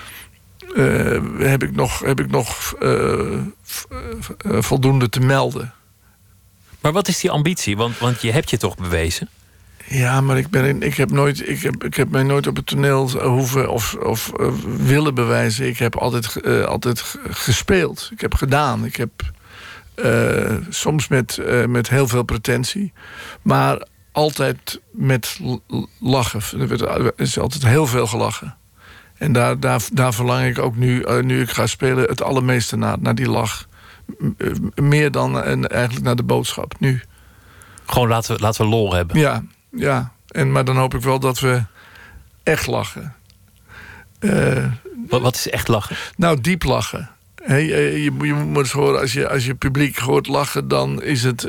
Heb ik nog voldoende te melden. Maar wat is die ambitie? Want je hebt je toch bewezen? Ja, maar ik heb mij nooit op het toneel hoeven of willen bewijzen. Ik heb altijd gespeeld. Ik heb gedaan. Ik heb soms met heel veel pretentie. Maar altijd met lachen. Er is altijd heel veel gelachen. En daar verlang ik ook nu ik ga spelen het allermeeste naar die lach. Meer dan eigenlijk naar de boodschap, nu. Gewoon laten we lol hebben. Ja. Maar dan hoop ik wel dat we echt lachen. Wat is echt lachen? Nou, diep lachen. Je moet eens horen, als je publiek hoort lachen... dan is het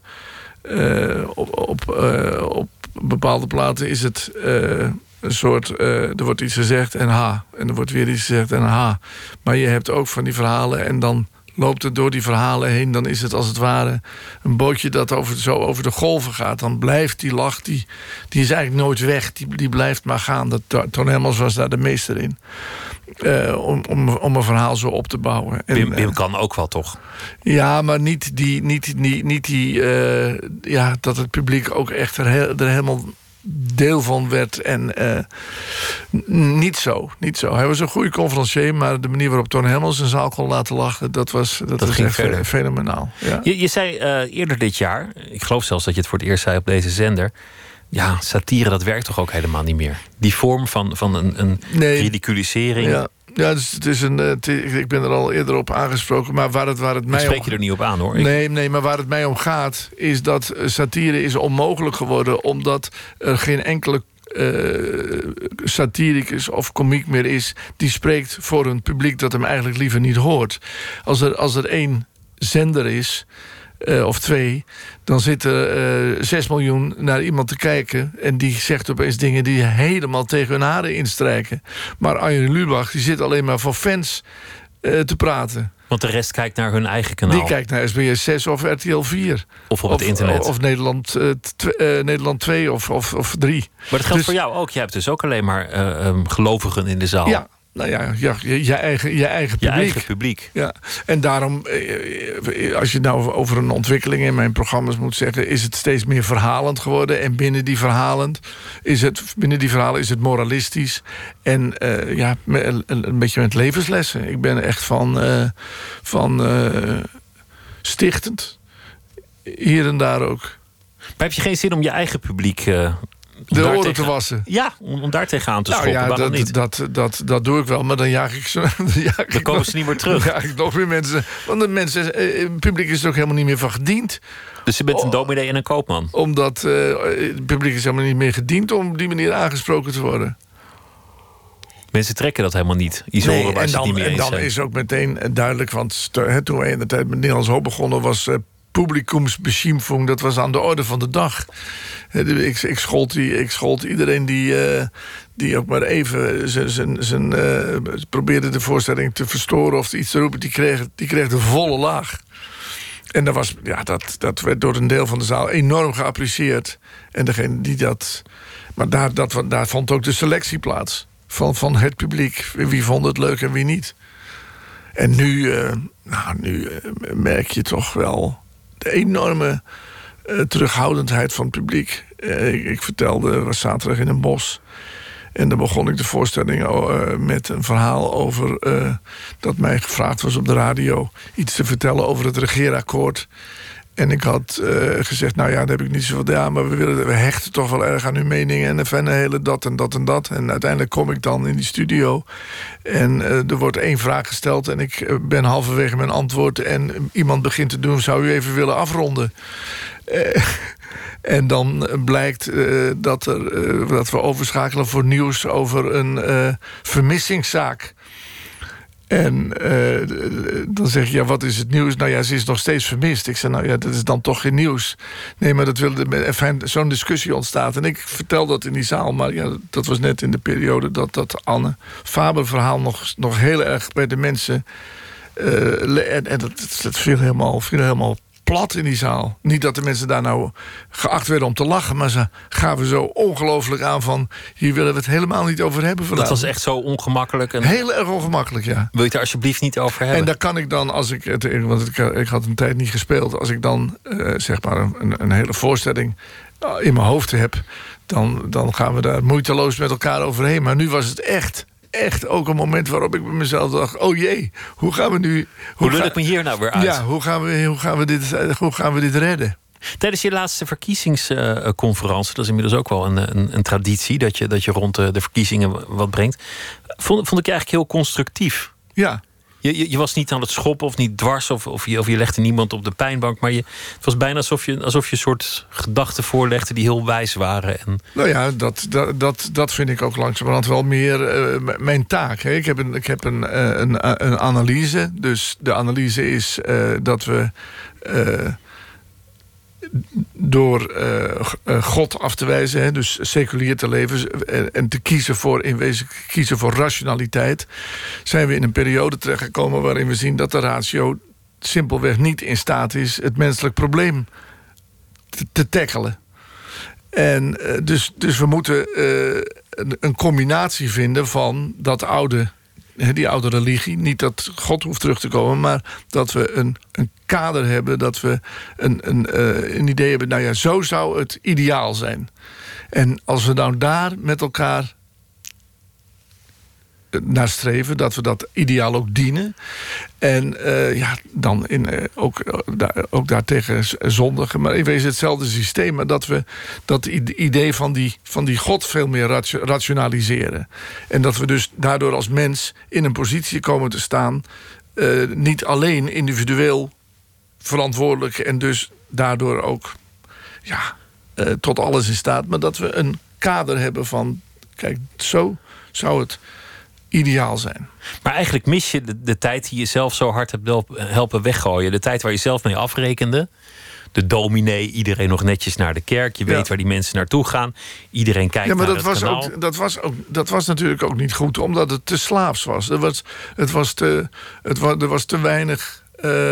op bepaalde platen is het... een soort, er wordt iets gezegd en ha. En er wordt weer iets gezegd en ha. Maar je hebt ook van die verhalen en dan loopt het door die verhalen heen. Dan is het als het ware een bootje dat over de golven gaat. Dan blijft die lach, die is eigenlijk nooit weg. Die blijft maar gaan. Toon Hermans was daar de meester in. Om een verhaal zo op te bouwen. Wim kan ook wel, toch? Ja, maar niet die dat het publiek ook echt er helemaal deel van werd. En niet zo. Hij was een goede conferencier, maar de manier waarop Toon Hermans een zaal kon laten lachen, dat was echt verder. Fenomenaal. Ja. Je zei eerder dit jaar, ik geloof zelfs dat je het voor het eerst zei op deze zender, ja, satire, dat werkt toch ook helemaal niet meer? Die vorm van een ridiculisering. Ja, dus het is ik ben er al eerder op aangesproken, maar waar het mij spreek je er niet op aan, hoor. Nee, maar waar het mij om gaat, is dat satire is onmogelijk geworden, omdat er geen enkele satiricus of komiek meer is die spreekt voor een publiek dat hem eigenlijk liever niet hoort. Als er 1 zender is, of 2, dan zitten er 6 miljoen naar iemand te kijken en die zegt opeens dingen die helemaal tegen hun haren instrijken. Maar Arjen Lubach, die zit alleen maar voor fans te praten. Want de rest kijkt naar hun eigen kanaal. Die kijkt naar SBS 6 of RTL 4. Of op het internet. Of Nederland 2 of 3. Maar dat geldt voor jou ook. Jij hebt dus ook alleen maar gelovigen in de zaal. Ja. Nou ja, je eigen publiek. Je eigen publiek. Ja. En daarom, als je nou over een ontwikkeling in mijn programma's moet zeggen, is het steeds meer verhalend geworden. En binnen die verhalen is het moralistisch. En een beetje met levenslessen. Ik ben echt van stichtend. Hier en daar ook. heb je geen zin om je eigen publiek de oren te wassen? Ja, om daar tegenaan te schoppen. Waarom niet? Dat doe ik wel, maar dan jaag ik ze. Dan komen ze niet meer terug. Dan jaag ik nog meer mensen. Want het publiek is er ook helemaal niet meer van gediend. Dus je bent een dominee en een koopman? Omdat het publiek is helemaal niet meer gediend om op die manier aangesproken te worden. Mensen trekken dat helemaal niet. Horen waar ze het niet mee eens zijn. En dan is ook meteen duidelijk, want toen wij in de tijd met Nederlands Hoop begonnen, was publikumsbeschimpfung, dat was aan de orde van de dag. Ik schold iedereen die ook maar even probeerde de voorstelling te verstoren of iets te roepen, die kreeg de volle laag. En dat werd door een deel van de zaal enorm geapprecieerd. En degene die dat. Maar daar vond ook de selectie plaats van het publiek. Wie vond het leuk en wie niet. En nu merk je toch wel de enorme terughoudendheid van het publiek. Ik vertelde, was zaterdag in een bos. En dan begon ik de voorstelling met een verhaal over dat mij gevraagd was op de radio iets te vertellen over het regeerakkoord. En ik had gezegd, nou ja, daar heb ik niet zoveel aan, maar we hechten toch wel erg aan uw meningen en een hele dat en dat en dat. En uiteindelijk kom ik dan in die studio en er wordt 1 vraag gesteld en ik ben halverwege mijn antwoord en iemand begint te doen, zou u even willen afronden? En dan blijkt dat we overschakelen voor nieuws over een vermissingszaak. En dan zeg je, ja, wat is het nieuws? Nou ja, ze is nog steeds vermist. Ik zei, nou ja, dat is dan toch geen nieuws. Nee, maar zo'n discussie ontstaat. En ik vertel dat in die zaal, maar ja, dat was net in de periode dat Anne Faber-verhaal nog heel erg bij de mensen. En dat viel helemaal plat in die zaal. Niet dat de mensen daar nou geacht werden om te lachen, maar ze gaven zo ongelooflijk aan van, hier willen we het helemaal niet over hebben vandaag. Dat was echt zo ongemakkelijk. Heel erg ongemakkelijk, ja. Wil je het er alsjeblieft niet over hebben? En daar kan ik dan, want ik had een tijd niet gespeeld, als ik dan zeg maar een hele voorstelling in mijn hoofd heb, dan gaan we daar moeiteloos met elkaar overheen. Maar nu was het echt ook een moment waarop ik bij mezelf dacht, oh jee, hoe gaan we nu... Hoe lul ik me hier nou weer uit? Ja, hoe gaan we dit redden? Tijdens je laatste verkiezingsconferentie, dat is inmiddels ook wel een traditie, dat je rond de verkiezingen wat brengt, vond ik je eigenlijk heel constructief. Ja. Je was niet aan het schoppen of niet dwars of je legde niemand op de pijnbank, maar het was bijna alsof je een soort gedachten voorlegde die heel wijs waren. En... Nou ja, dat vind ik ook langzamerhand wel meer mijn taak. Hè. Ik heb een analyse. Dus de analyse is dat we door God af te wijzen, hè, dus seculier te leven en te kiezen voor rationaliteit, zijn we in een periode terechtgekomen waarin we zien dat de ratio simpelweg niet in staat is het menselijk probleem te tackelen. En dus we moeten een combinatie vinden van dat die oude religie. Niet dat God hoeft terug te komen, maar dat we een kader hebben, dat we een idee hebben, nou ja, zo zou het ideaal zijn. En als we nou daar met elkaar naar streven, dat we dat ideaal ook dienen. En dan ook daartegen zondigen. Maar in wezen hetzelfde systeem, maar dat we dat idee van die God veel meer rationaliseren. En dat we dus daardoor als mens in een positie komen te staan, niet alleen individueel verantwoordelijk en dus daardoor ook tot alles in staat, maar dat we een kader hebben van, kijk, zo zou het ideaal zijn. Maar eigenlijk mis je de tijd die je zelf zo hard hebt helpen weggooien. De tijd waar je zelf mee afrekende. De dominee, iedereen nog netjes naar de kerk. Je weet waar die mensen naartoe gaan. Iedereen kijkt naar het kanaal. Dat was natuurlijk ook niet goed, omdat het te slaaps was. Er was te weinig.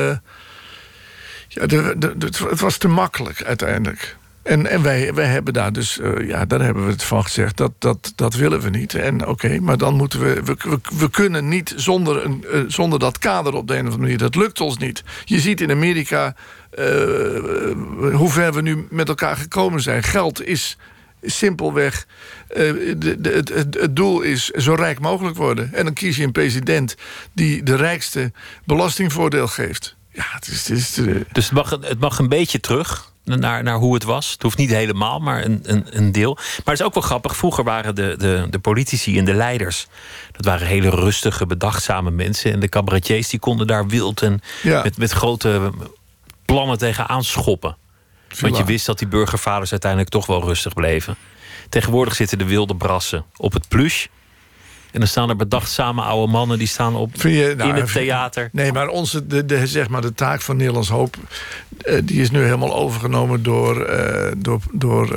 Het was te makkelijk uiteindelijk. En wij hebben daar dus, daar hebben we het van gezegd, dat willen we niet. En oké, maar dan moeten we kunnen niet zonder dat kader op de een of andere manier. Dat lukt ons niet. Je ziet in Amerika hoe ver we nu met elkaar gekomen zijn. Geld is simpelweg, het doel is zo rijk mogelijk worden. En dan kies je een president die de rijkste belastingvoordeel geeft. Ja, Dus het mag een beetje terug. naar hoe het was. Het hoeft niet helemaal, maar een deel. Maar het is ook wel grappig. Vroeger waren de politici en de leiders... dat waren hele rustige, bedachtzame mensen. En de cabaretiers die konden daar wild en met grote plannen tegenaan schoppen. Want je wist dat die burgervaders uiteindelijk toch wel rustig bleven. Tegenwoordig zitten de wilde brassen op het plush... En dan staan er bedachtzame oude mannen die staan in het theater. Nee, maar zeg maar de taak van Nederlands Hoop... die is nu helemaal overgenomen door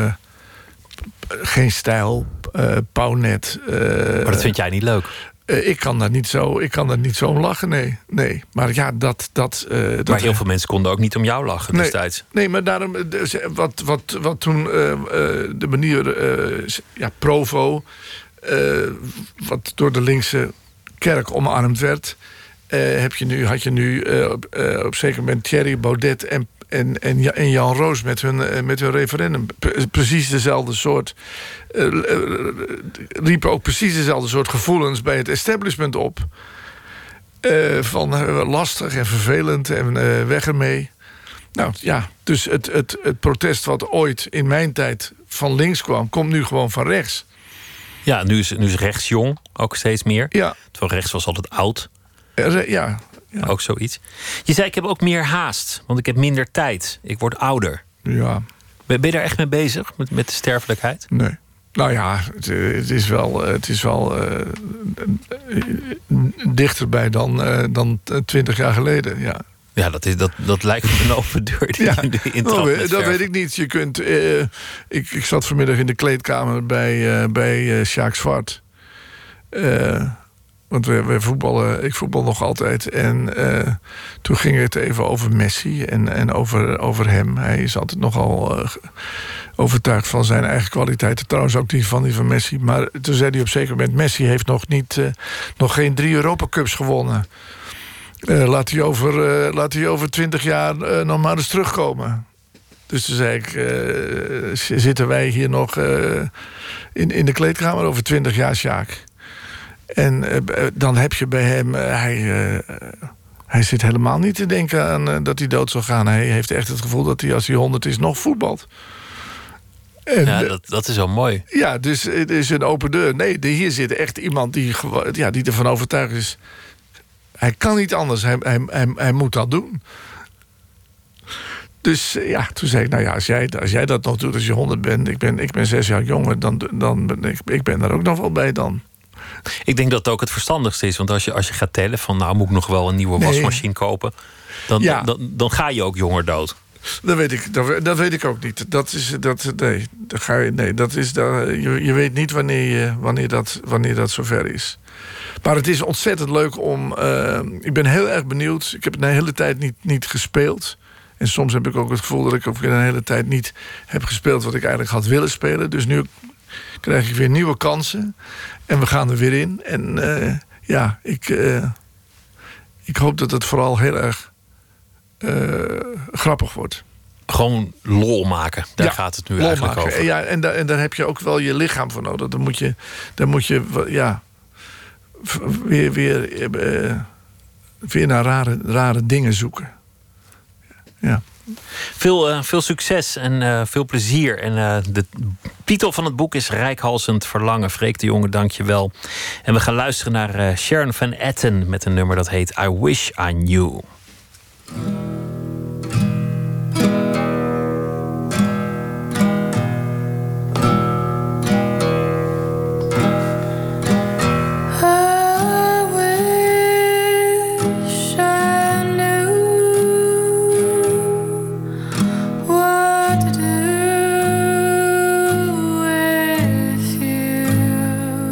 Geen Stijl, Pauwnet. Maar dat vind jij niet leuk? Ik kan daar niet zo om lachen, nee. Maar ja, maar heel veel mensen konden ook niet om jou lachen destijds. Nee, maar daarom... Wat toen de manier... Provo... wat door de linkse kerk omarmd werd... had je nu op zeker moment Thierry Baudet en Jan Roos met hun referendum. Precies dezelfde soort... riepen ook precies dezelfde soort gevoelens bij het establishment op. Van lastig en vervelend en weg ermee. Nou ja, dus het protest wat ooit in mijn tijd van links kwam... komt nu gewoon van rechts. Ja, nu is rechts jong, ook steeds meer. Ja. Terwijl rechts was altijd oud. Ja. Ook zoiets. Je zei, ik heb ook meer haast, want ik heb minder tijd. Ik word ouder. Ja. Ben je daar echt mee bezig, met de sterfelijkheid? Nee. Nou ja, het is wel dichterbij dan 20 jaar geleden, ja. Ja, dat lijkt me een open deur die je nu intrapt. Dat weet ik niet. Je kunt, ik zat vanmiddag in de kleedkamer bij Sjaak Zwart. Want we voetballen, ik voetbal nog altijd. En toen ging het even over Messi en over hem. Hij is altijd nogal overtuigd van zijn eigen kwaliteiten. Trouwens ook die van Messi. Maar toen zei hij op een zeker moment... Messi heeft nog geen 3 Europa Cups gewonnen. Laat hij over 20 jaar nog maar eens terugkomen. Dus toen zei ik... zitten wij hier nog in de kleedkamer over 20 jaar, Sjaak? En dan heb je bij hem... hij zit helemaal niet te denken aan dat hij dood zal gaan. Hij heeft echt het gevoel dat hij als hij 100 is nog voetbalt. En, ja, dat is wel mooi. Ja, dus het is een open deur. Nee, hier zit echt iemand die ervan overtuigd is... Hij kan niet anders. Hij moet dat doen. Dus ja, toen zei ik... Nou ja, als jij dat nog doet als je 100 bent... Ik ben 6 jaar jonger, dan ben ik ben daar ook nog wel bij dan. Ik denk dat het ook het verstandigste is. Want als je gaat tellen van... nou, moet ik nog wel een nieuwe wasmachine kopen... Dan ga je ook jonger dood. Dat weet ik ook niet. Je weet niet wanneer dat zover is. Maar het is ontzettend leuk om... ik ben heel erg benieuwd. Ik heb een hele tijd niet gespeeld. En soms heb ik ook het gevoel dat ik ook een hele tijd niet heb gespeeld... wat ik eigenlijk had willen spelen. Dus nu krijg ik weer nieuwe kansen. En we gaan er weer in. En ik hoop dat het vooral heel erg grappig wordt. Gewoon lol maken. Daar gaat het nu eigenlijk over. Ja, en daar heb je ook wel je lichaam voor nodig. Dan moet je weer naar rare dingen zoeken. Ja. Veel succes en veel plezier. En de titel van het boek is Reikhalzend Verlangen. Freek de Jonge, dank je wel. En we gaan luisteren naar Sharon Van Etten met een nummer dat heet I Wish I Knew.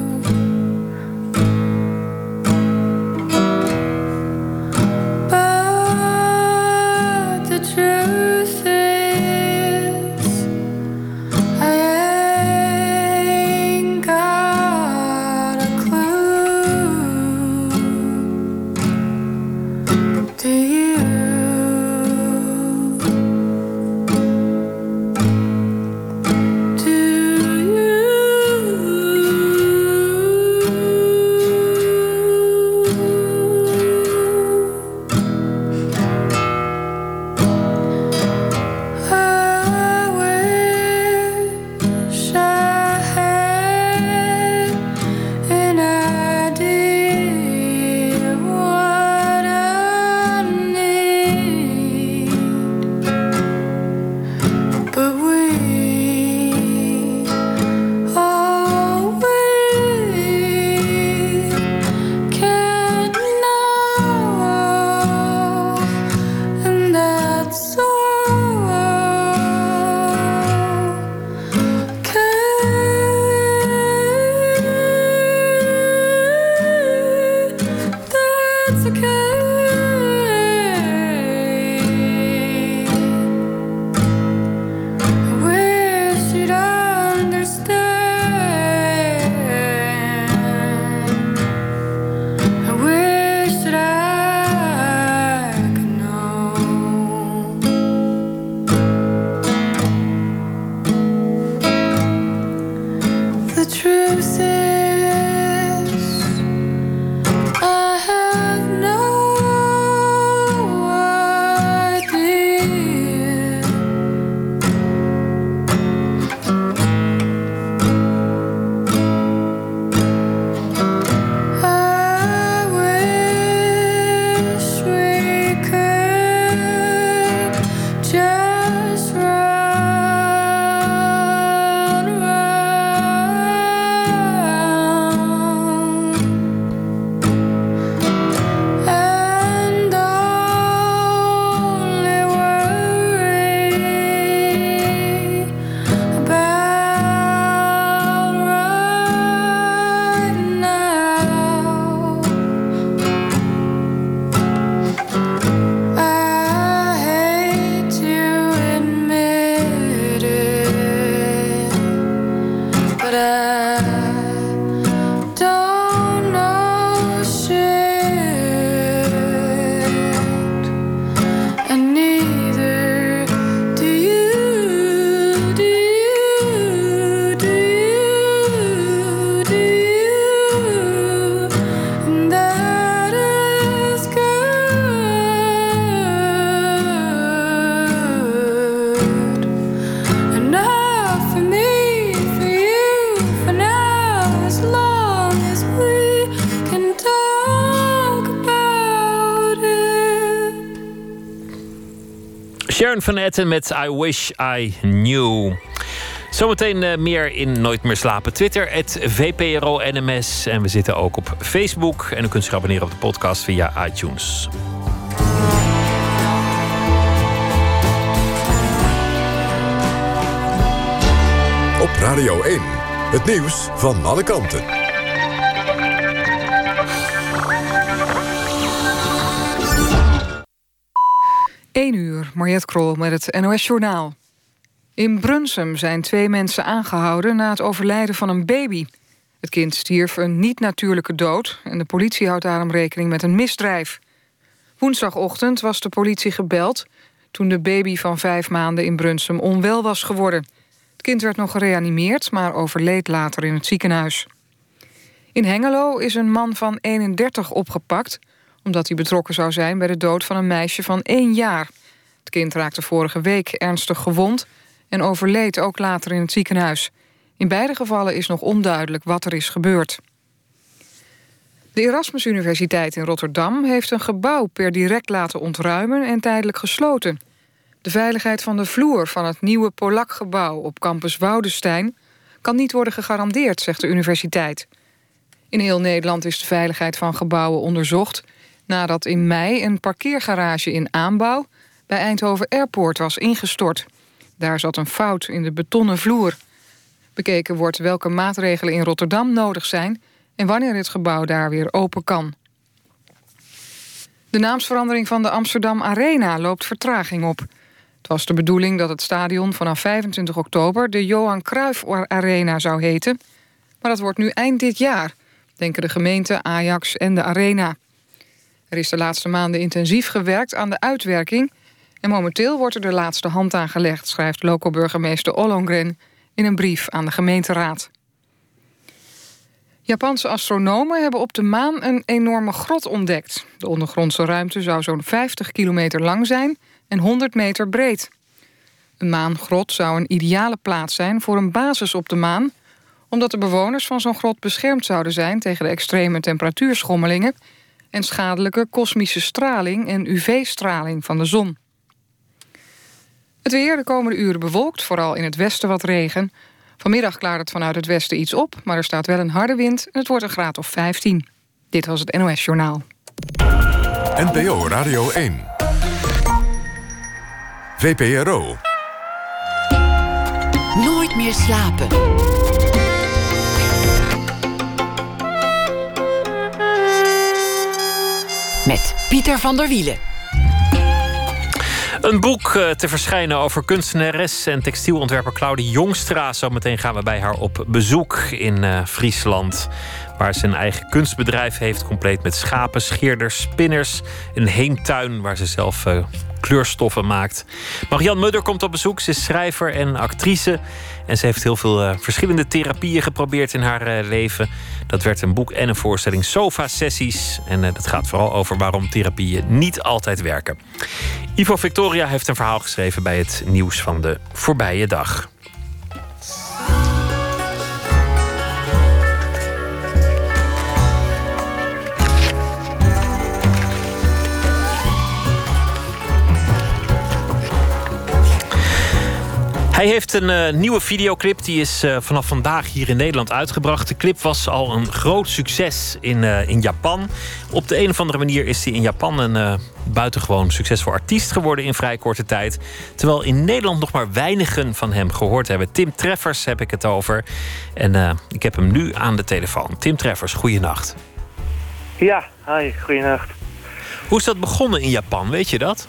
But Sharon Van Etten met I Wish I Knew. Zometeen meer in Nooit meer slapen. Twitter, @VPRO-NMS. En we zitten ook op Facebook. En u kunt zich abonneren op de podcast via iTunes. Op Radio 1, het nieuws van alle kanten. 1:00, Mariette Krol met het NOS-journaal. In Brunsum zijn 2 mensen aangehouden na het overlijden van een baby. Het kind stierf een niet-natuurlijke dood en de politie houdt daarom rekening met een misdrijf. Woensdagochtend was de politie gebeld toen de baby van 5 maanden in Brunsum onwel was geworden. Het kind werd nog gereanimeerd, maar overleed later in het ziekenhuis. In Hengelo is een man van 31 opgepakt omdat hij betrokken zou zijn bij de dood van een meisje van 1 jaar. Het kind raakte vorige week ernstig gewond en overleed ook later in het ziekenhuis. In beide gevallen is nog onduidelijk wat er is gebeurd. De Erasmus Universiteit in Rotterdam heeft een gebouw per direct laten ontruimen en tijdelijk gesloten. De veiligheid van de vloer van het nieuwe Polak-gebouw op campus Woudestein kan niet worden gegarandeerd, zegt de universiteit. In heel Nederland is de veiligheid van gebouwen onderzocht nadat in mei een parkeergarage in aanbouw bij Eindhoven Airport was ingestort. Daar zat een fout in de betonnen vloer. Bekeken wordt welke maatregelen in Rotterdam nodig zijn en wanneer het gebouw daar weer open kan. De naamsverandering van de Amsterdam Arena loopt vertraging op. Het was de bedoeling dat het stadion vanaf 25 oktober de Johan Cruijff Arena zou heten, maar dat wordt nu eind dit jaar, denken de gemeente, Ajax en de Arena. Er is de laatste maanden intensief gewerkt aan de uitwerking en momenteel wordt er de laatste hand aan gelegd, schrijft loco-burgemeester Ollongren in een brief aan de gemeenteraad. Japanse astronomen hebben op de maan een enorme grot ontdekt. De ondergrondse ruimte zou zo'n 50 kilometer lang zijn en 100 meter breed. Een maangrot zou een ideale plaats zijn voor een basis op de maan, omdat de bewoners van zo'n grot beschermd zouden zijn tegen de extreme temperatuurschommelingen en schadelijke kosmische straling en UV-straling van de zon. Het weer de komende uren bewolkt, vooral in het westen wat regen. Vanmiddag klaart het vanuit het westen iets op, maar er staat wel een harde wind en het wordt een graad of 15. Dit was het NOS Journaal. NPO Radio 1. VPRO. Nooit meer slapen. met Pieter van der Wielen. Een boek te verschijnen over kunstenares en textielontwerper Claudie Jongstra. Zometeen gaan we bij haar op bezoek in Friesland, waar ze een eigen kunstbedrijf heeft, compleet met schapen, scheerders, spinners, een heemtuin waar ze zelf kleurstoffen maakt. Marianne Mudder komt op bezoek. Ze is schrijver en actrice. En ze heeft heel veel verschillende therapieën geprobeerd in haar leven. Dat werd een boek en een voorstelling, Sofa-sessies. En dat gaat vooral over waarom therapieën niet altijd werken. Ivo Victoria heeft een verhaal geschreven bij het nieuws van de voorbije dag. Hij heeft een nieuwe videoclip. Die is vanaf vandaag hier in Nederland uitgebracht. De clip was al een groot succes in Japan. Op de een of andere manier is hij in Japan een buitengewoon succesvol artiest geworden in vrij korte tijd. Terwijl in Nederland nog maar weinigen van hem gehoord hebben. Tim Treffers heb ik het over. En ik heb hem nu aan de telefoon. Tim Treffers, goeienacht. Ja, hi, goeienacht. Hoe is dat begonnen in Japan, weet je dat?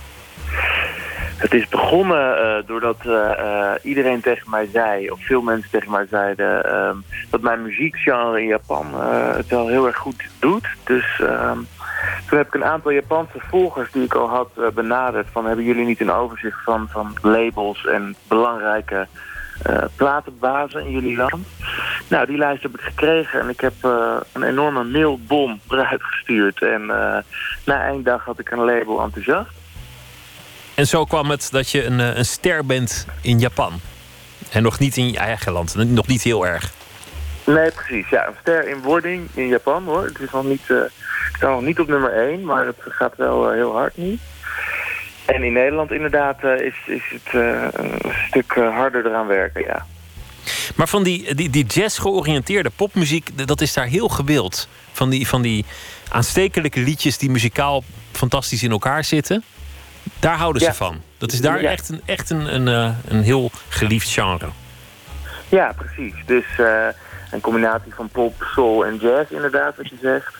Het is begonnen doordat iedereen tegen mij zei, of veel mensen tegen mij zeiden, dat mijn muziekgenre in Japan het wel heel erg goed doet. Dus toen heb ik een aantal Japanse volgers die ik al had benaderd van, hebben jullie niet een overzicht van labels en belangrijke platenbazen in jullie land? Nou, die lijst heb ik gekregen en ik heb een enorme mailbom eruit gestuurd. En na 1 dag had ik een label enthousiast. En zo kwam het dat je een ster bent in Japan. En nog niet in je eigen land. Nog niet heel erg. Nee, precies. Ja, een ster in wording in Japan, hoor. Het is nog niet, ik sta nog niet op nummer 1, maar het gaat wel heel hard nu. En in Nederland inderdaad is het een stuk harder eraan werken, ja. Maar van die jazz-georiënteerde popmuziek, dat is daar heel gewild. Van die aanstekelijke liedjes die muzikaal fantastisch in elkaar zitten. Daar houden ze van. Dat is daar echt een heel geliefd genre. Ja, precies. Dus een combinatie van pop, soul en jazz inderdaad, wat je zegt.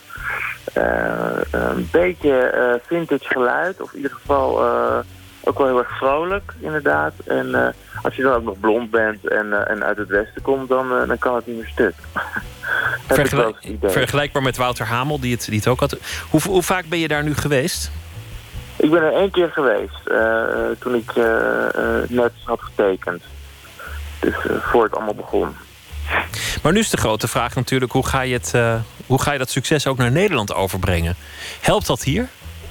Een beetje vintage geluid, of in ieder geval ook wel heel erg vrolijk, inderdaad. En als je dan ook nog blond bent en uit het westen komt, dan kan het niet meer stuk. Vergelijkbaar met Wouter Hamel, die het ook had. Hoe vaak ben je daar nu geweest? Ik ben er 1 keer geweest, toen ik net had getekend. Dus voor het allemaal begon. Maar nu is de grote vraag natuurlijk, hoe ga je dat succes ook naar Nederland overbrengen? Helpt dat hier?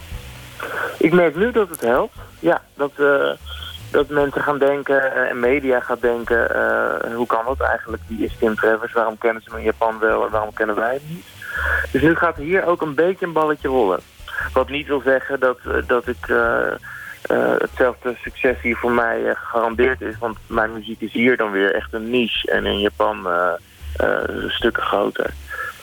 Ik merk nu dat het helpt. Ja, dat mensen gaan denken en media gaat denken, hoe kan dat eigenlijk? Wie is Tim Treffers? Waarom kennen ze hem in Japan wel en waarom kennen wij hem niet? Dus nu gaat hier ook een beetje een balletje rollen. Wat niet wil zeggen dat ik hetzelfde succes hier voor mij gegarandeerd is. Want mijn muziek is hier dan weer echt een niche. En in Japan stukken groter.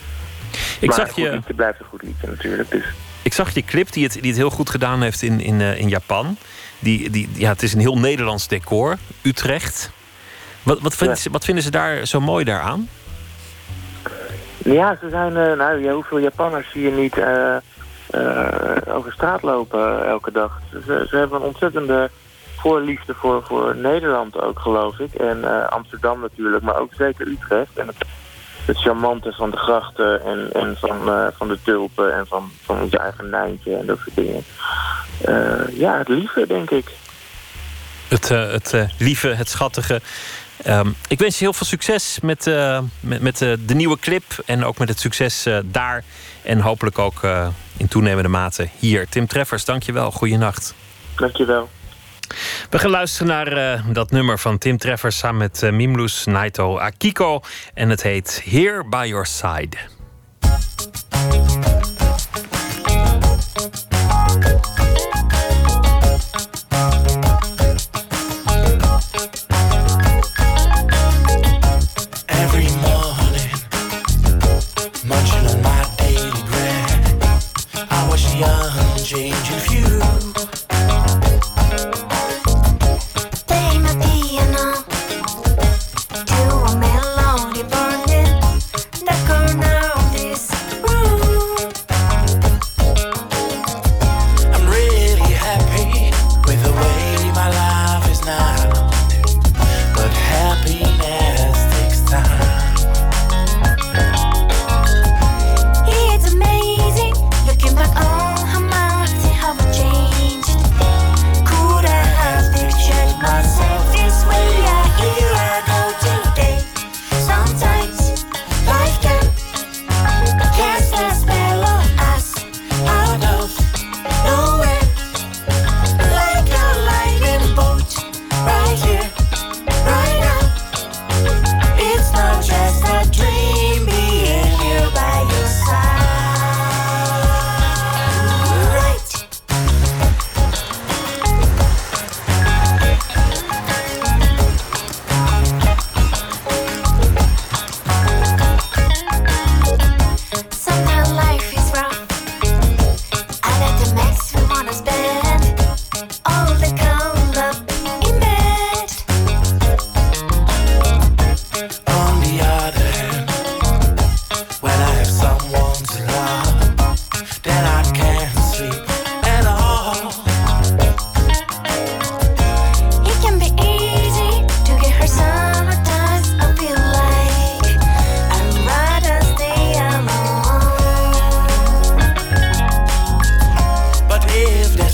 Het blijft een goed liedje natuurlijk. Dus. Ik zag je clip die het heel goed gedaan heeft in Japan. Het is een heel Nederlands decor. Utrecht. Wat vinden ze daar zo mooi daaraan? Ja, ze zijn... hoeveel Japanners zie je niet... over straat lopen elke dag. Ze hebben een ontzettende voorliefde voor Nederland ook, geloof ik. En Amsterdam natuurlijk, maar ook zeker Utrecht. En het charmante van de grachten en van de tulpen en van ons eigen Nijntje en dat soort dingen. Het lieve, denk ik. Het lieve, het schattige. Ik wens je heel veel succes met de nieuwe clip en ook met het succes daar. En hopelijk ook in toenemende mate hier. Tim Treffers, dank je wel. Goeienacht. Dank je wel. We gaan luisteren naar dat nummer van Tim Treffers samen met Mimlus Naito Akiko. En het heet Here by Your Side.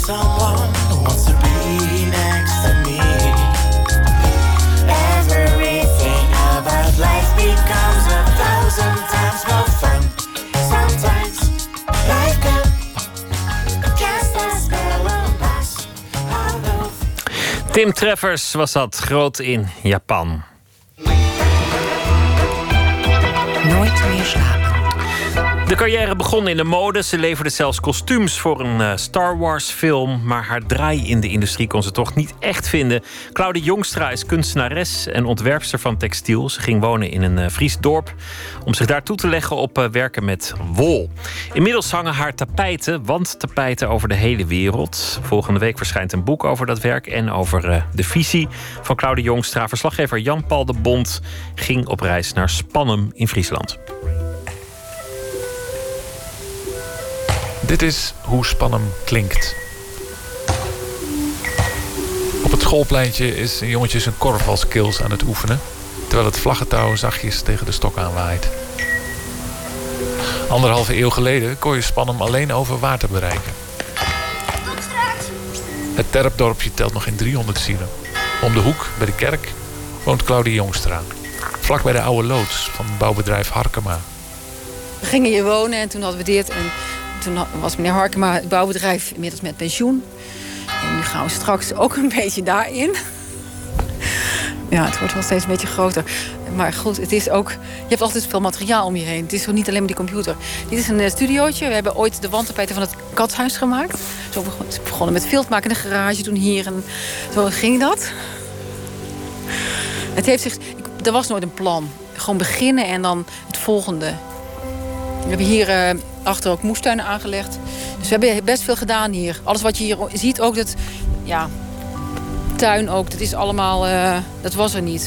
someone who wants to be next to me. Everything about life becomes 1,000 times more fun. Sometimes life can cast a spell on us. Tim Travers was dat, groot in Japan. Nooit meer slapen. De carrière begon in de mode. Ze leverde zelfs kostuums voor een Star Wars film. Maar haar draai in de industrie kon ze toch niet echt vinden. Claudie Jongstra is kunstenares en ontwerpster van textiel. Ze ging wonen in een Fries dorp om zich daar toe te leggen op werken met wol. Inmiddels hangen haar tapijten, wandtapijten over de hele wereld. Volgende week verschijnt een boek over dat werk en over de visie van Claudie Jongstra. Verslaggever Jan-Paul de Bond ging op reis naar Spannum in Friesland. Dit is hoe Spannum klinkt. Op het schoolpleintje is een jongetje zijn korfbalskills aan het oefenen, terwijl het vlaggentouw zachtjes tegen de stok aanwaait. 1,5 eeuw geleden kon je Spannum alleen over water bereiken. Het terpdorpje telt nog geen 300 zielen. Om de hoek, bij de kerk, woont Claudie Jongstra. Vlak bij de oude loods van het bouwbedrijf Harkema. We gingen hier wonen en toen hadden we dit. En toen was meneer Harkema het bouwbedrijf inmiddels met pensioen. En nu gaan we straks ook een beetje daarin. Ja, het wordt wel steeds een beetje groter. Maar goed, het is ook... Je hebt altijd veel materiaal om je heen. Het is niet alleen maar die computer. Dit is een studiootje. We hebben ooit de wandtapijten van het Katshuis gemaakt. Zo begonnen met filmmaken in de garage toen hier. En zo ging dat. Het heeft zich... Er was nooit een plan. Gewoon beginnen en dan het volgende. We hebben hier achter ook moestuinen aangelegd. Dus we hebben best veel gedaan hier. Alles wat je hier ziet, ook dat... Ja, tuin ook, dat is allemaal... dat was er niet.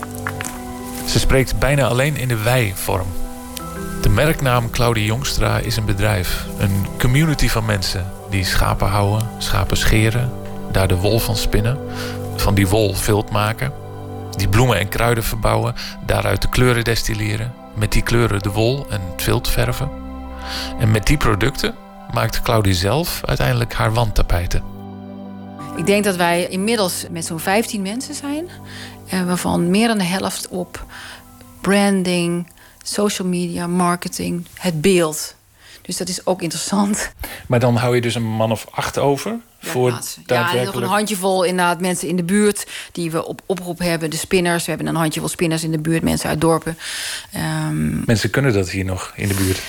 Ze spreekt bijna alleen in de wij-vorm. De merknaam Claudie Jongstra is een bedrijf. Een community van mensen die schapen houden, schapen scheren, daar de wol van spinnen, van die wol vilt maken, die bloemen en kruiden verbouwen, daaruit de kleuren destilleren, met die kleuren de wol en het vilt verven. En met die producten maakt Claudie zelf uiteindelijk haar wandtapijten. Ik denk dat wij inmiddels met zo'n 15 mensen zijn. Waarvan meer dan de helft op branding, social media, marketing, het beeld. Dus dat is ook interessant. Maar dan hou je dus een man of 8 over? Voor daadwerkelijk... Ja, nog een handjevol inderdaad mensen in de buurt die we op oproep hebben. De spinners, we hebben een handjevol spinners in de buurt, mensen uit dorpen. Mensen kunnen dat hier nog in de buurt?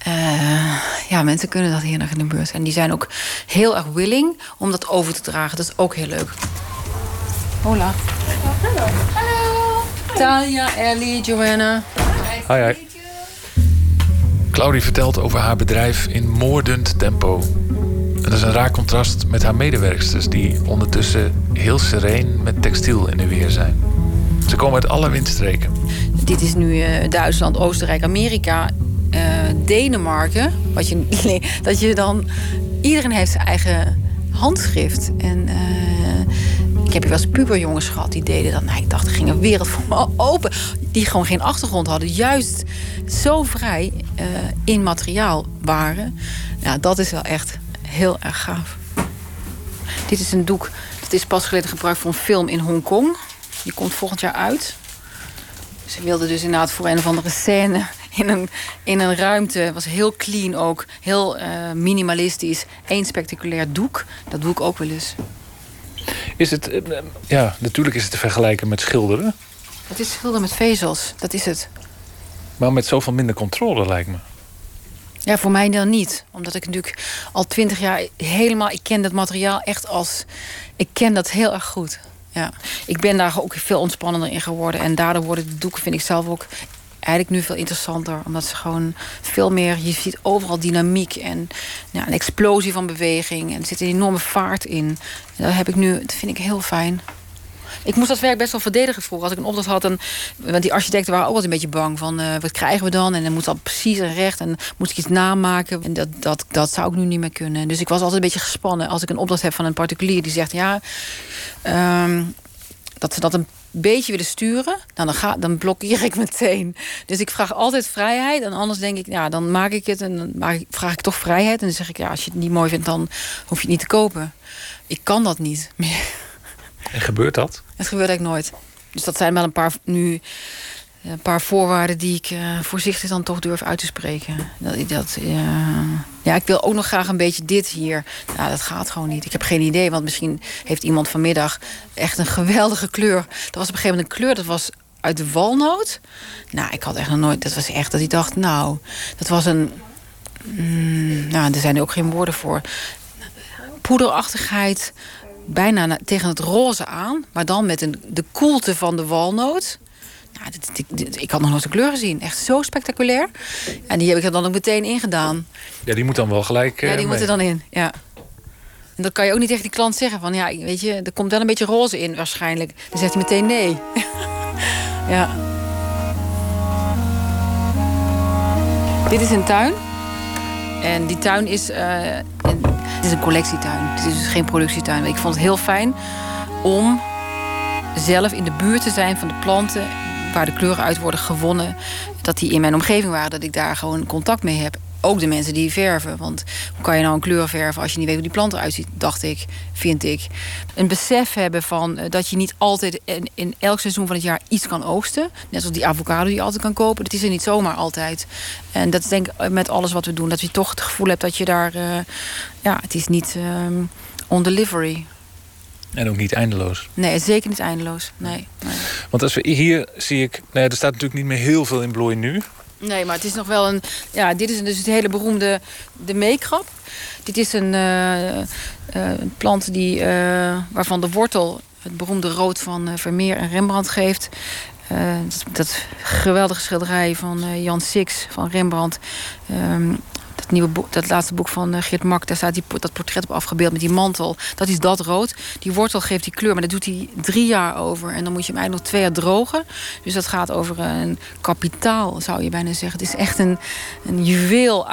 Ja, mensen kunnen dat hier nog in de buurt. En die zijn ook heel erg willing om dat over te dragen. Dat is ook heel leuk. Hola. Hallo. Hallo. Talia, Ellie, Joanna. Hi. Claudie vertelt over haar bedrijf in moordend tempo. En dat is een raar contrast met haar medewerksters die ondertussen heel sereen met textiel in de weer zijn. Ze komen uit alle windstreken. Dit is nu Duitsland, Oostenrijk, Amerika, Denemarken. Dat je dan... Iedereen heeft zijn eigen handschrift. En ik heb hier wel eens puberjongens gehad die deden dat. Nou, ik dacht, er ging een wereld voor me open. Die gewoon geen achtergrond hadden. Juist zo vrij in materiaal waren. Ja, dat is wel echt heel erg gaaf. Dit is een doek. Dat is pas geleden gebruikt voor een film in Hongkong. Die komt volgend jaar uit. Ze wilden dus inderdaad voor een of andere scène in een ruimte. Het was heel clean ook. Heel minimalistisch. 1 spectaculair doek. Dat doe ik ook wel eens. Is het... ja, natuurlijk is het te vergelijken met schilderen. Het is schilderen met vezels. Dat is het. Maar met zoveel minder controle, lijkt me. Ja, voor mij dan niet. Omdat ik natuurlijk al 20 jaar helemaal... Ik ken dat materiaal echt als... Ik ken dat heel erg goed. Ja. Ik ben daar ook veel ontspannender in geworden. En daardoor worden de doeken, vind ik zelf ook... eigenlijk nu veel interessanter. Omdat ze gewoon veel meer... Je ziet overal dynamiek en ja, een explosie van beweging. En er zit een enorme vaart in. En dat heb ik nu... Dat vind ik heel fijn. Ik moest dat werk best wel verdedigen vroeger. Als ik een opdracht had, want die architecten waren ook altijd een beetje bang van wat krijgen we dan? En dan moet dat precies en recht en moest ik iets namaken. En dat zou ik nu niet meer kunnen. Dus ik was altijd een beetje gespannen als ik een opdracht heb van een particulier die zegt ja, dat ze dat een beetje willen sturen, dan blokkeer ik meteen. Dus ik vraag altijd vrijheid. En anders denk ik, ja, dan maak ik het. En dan vraag ik toch vrijheid. En dan zeg ik, ja, als je het niet mooi vindt, dan hoef je het niet te kopen. Ik kan dat niet meer. En gebeurt dat? Het gebeurt eigenlijk nooit. Dus dat zijn wel een paar voorwaarden die ik voorzichtig dan toch durf uit te spreken. Ik wil ook nog graag een beetje dit hier. Nou, dat gaat gewoon niet. Ik heb geen idee, want misschien heeft iemand vanmiddag echt een geweldige kleur. Er was op een gegeven moment een kleur, dat was uit de walnoot. Nou, ik had echt nog nooit... Dat was echt dat ik dacht, nou, dat was een... er zijn er ook geen woorden voor. Poederachtigheid, bijna tegen het roze aan, maar dan met de koelte van de walnoot. Nou, ik had nog nooit de kleur gezien. Echt zo spectaculair. En die heb ik er dan ook meteen ingedaan. Ja, die moet dan wel gelijk Ja, die moet er dan in, ja. En dat kan je ook niet tegen die klant zeggen. Van ja, weet je, er komt wel een beetje roze in waarschijnlijk. Dan zegt hij meteen nee. Ja. Dit is een tuin. En die tuin is... het is een collectietuin. Het is dus geen productietuin. Ik vond het heel fijn om zelf in de buurt te zijn van de planten waar de kleuren uit worden gewonnen, dat die in mijn omgeving waren, dat ik daar gewoon contact mee heb. Ook de mensen die verven. Want hoe kan je nou een kleur verven als je niet weet hoe die plant eruit ziet, vind ik. Een besef hebben van dat je niet altijd in elk seizoen van het jaar iets kan oogsten. Net zoals die avocado die je altijd kan kopen. Dat is er niet zomaar altijd. En dat is denk ik met alles wat we doen. Dat je toch het gevoel hebt dat je daar... het is niet on delivery. En ook niet eindeloos. Nee, zeker niet eindeloos. Nee. Want als we hier zie ik... Nou ja, er staat natuurlijk niet meer heel veel in bloei nu. Nee, maar het is nog wel een... Ja, dit is dus het hele beroemde de meekrap. Dit is een plant waarvan de wortel het beroemde rood van Vermeer en Rembrandt geeft. Dat geweldige schilderij van Jan Six van Rembrandt. Dat laatste boek van Geert Mak, daar staat dat portret op afgebeeld met die mantel. Dat is dat rood. Die wortel geeft die kleur, maar daar doet hij 3 jaar over. En dan moet je hem eigenlijk nog 2 jaar drogen. Dus dat gaat over een kapitaal, zou je bijna zeggen. Het is echt een juweel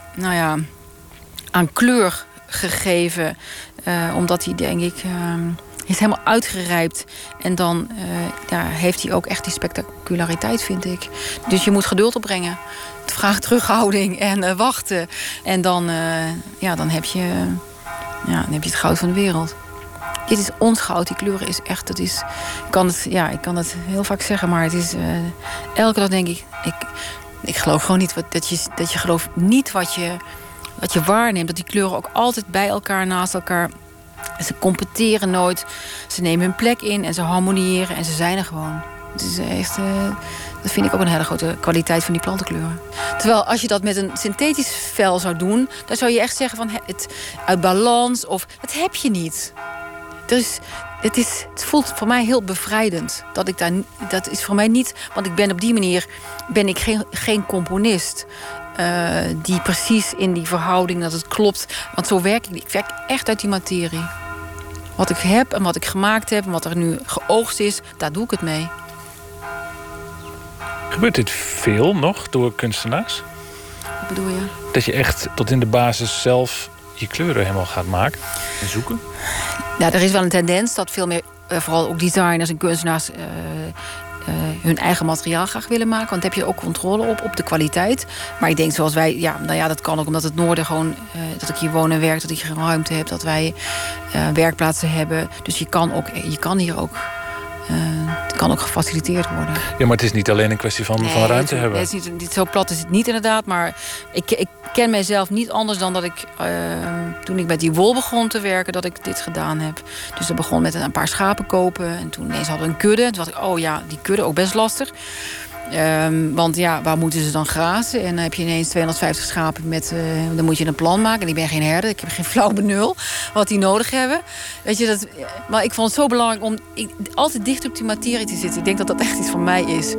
aan kleur gegeven. Omdat hij, denk ik, is helemaal uitgerijpt. En dan heeft hij ook echt die spectaculariteit, vind ik. Dus je moet geduld opbrengen. Het vraagt terughouding en wachten. En dan heb je het goud van de wereld. Dit is ons goud. Die kleuren is echt... ik kan het heel vaak zeggen, maar het is... elke dag denk ik geloof gewoon niet dat je gelooft niet wat je waarneemt. Dat die kleuren ook altijd bij elkaar, naast elkaar... Ze competeren nooit. Ze nemen hun plek in en ze harmoniëren en ze zijn er gewoon. Het is echt... dat vind ik ook een hele grote kwaliteit van die plantenkleuren. Terwijl als je dat met een synthetisch vel zou doen... dan zou je echt zeggen van het uit balans of... dat heb je niet. Het voelt voor mij heel bevrijdend. Dat is voor mij niet... want ik ben op die manier geen componist... die precies in die verhouding, dat het klopt. Want zo werk ik niet. Ik werk echt uit die materie. Wat ik heb en wat ik gemaakt heb... en wat er nu geoogst is, daar doe ik het mee. Gebeurt dit veel nog door kunstenaars? Wat bedoel je? Dat je echt tot in de basis zelf je kleuren helemaal gaat maken en zoeken? Ja, er is wel een tendens dat veel meer... vooral ook designers en kunstenaars... hun eigen materiaal graag willen maken. Want dan heb je ook controle op de kwaliteit. Maar ik denk zoals wij... dat kan ook omdat het noorden gewoon... dat ik hier woon en werk, dat ik hier ruimte heb... dat wij werkplaatsen hebben. Dus je kan hier ook... het kan ook gefaciliteerd worden. Ja, maar het is niet alleen een kwestie van ruimte hebben. Het is niet, zo plat is het niet inderdaad. Maar ik ken mijzelf niet anders dan dat ik... toen ik met die wol begon te werken, dat ik dit gedaan heb. Dus dat begon met een paar schapen kopen. En toen ineens hadden we een kudde. Toen dacht ik, die kudde ook best lastig. Want waar moeten ze dan grazen? En dan heb je ineens 250 schapen met... dan moet je een plan maken. En ik ben geen herder. Ik heb geen flauw benul wat die nodig hebben. Weet je, maar ik vond het zo belangrijk om altijd dicht op die materie te zitten. Ik denk dat dat echt iets van mij is.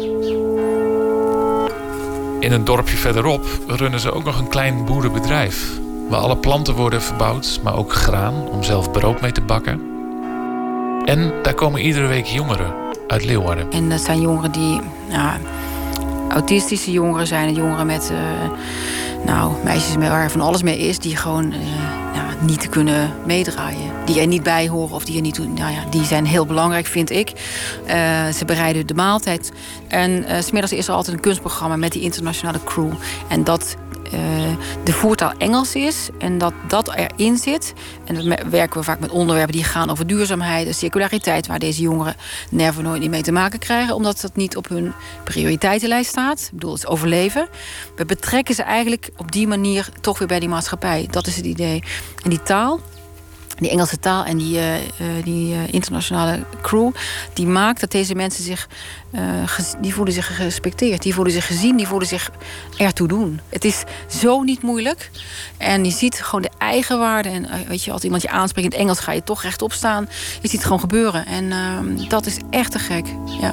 In een dorpje verderop runnen ze ook nog een klein boerenbedrijf. Waar alle planten worden verbouwd, maar ook graan om zelf brood mee te bakken. En daar komen iedere week jongeren uit Leeuwarden. En dat zijn jongeren die... autistische jongeren zijn het, jongeren met... meisjes waar van alles mee is... die gewoon niet te kunnen meedraaien. Die er niet bij horen of die er niet toe. Nou ja, die zijn heel belangrijk, vind ik. Ze bereiden de maaltijd. En 's middags is er altijd een kunstprogramma met die internationale crew. En dat de voertaal Engels is en dat erin zit. En dan werken we vaak met onderwerpen die gaan over duurzaamheid en circulariteit, waar deze jongeren never nooit niet mee te maken krijgen, omdat dat niet op hun prioriteitenlijst staat. Ik bedoel, het is overleven. We betrekken ze eigenlijk op die manier toch weer bij die maatschappij. Dat is het idee. En die taal, die Engelse taal en die internationale crew, die maakt dat deze mensen die voelen zich gerespecteerd. Die voelen zich gezien, die voelen zich ertoe doen. Het is zo niet moeilijk. En je ziet gewoon de eigenwaarde. En weet je, als iemand je aanspreekt in het Engels, ga je toch rechtop staan. Je ziet het gewoon gebeuren. En dat is echt te gek. Ja.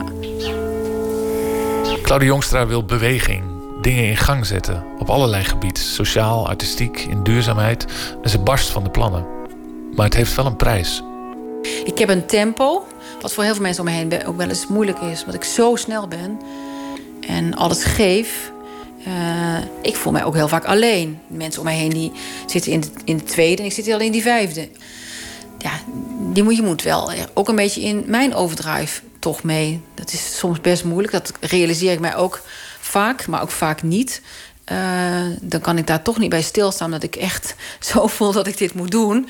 Claudia Jongstra wil beweging. Dingen in gang zetten. Op allerlei gebieden. Sociaal, artistiek, in duurzaamheid. En ze barst van de plannen. Maar het heeft wel een prijs. Ik heb een tempo, wat voor heel veel mensen om me heen ook wel eens moeilijk is. Omdat ik zo snel ben en alles geef. Ik voel mij ook heel vaak alleen. Mensen om mij heen die zitten in de tweede en ik zit al in die vijfde. Ja, je moet wel ook een beetje in mijn overdrive toch mee. Dat is soms best moeilijk. Dat realiseer ik mij ook vaak, maar ook vaak niet. Dan kan ik daar toch niet bij stilstaan, dat ik echt zo voel dat ik dit moet doen.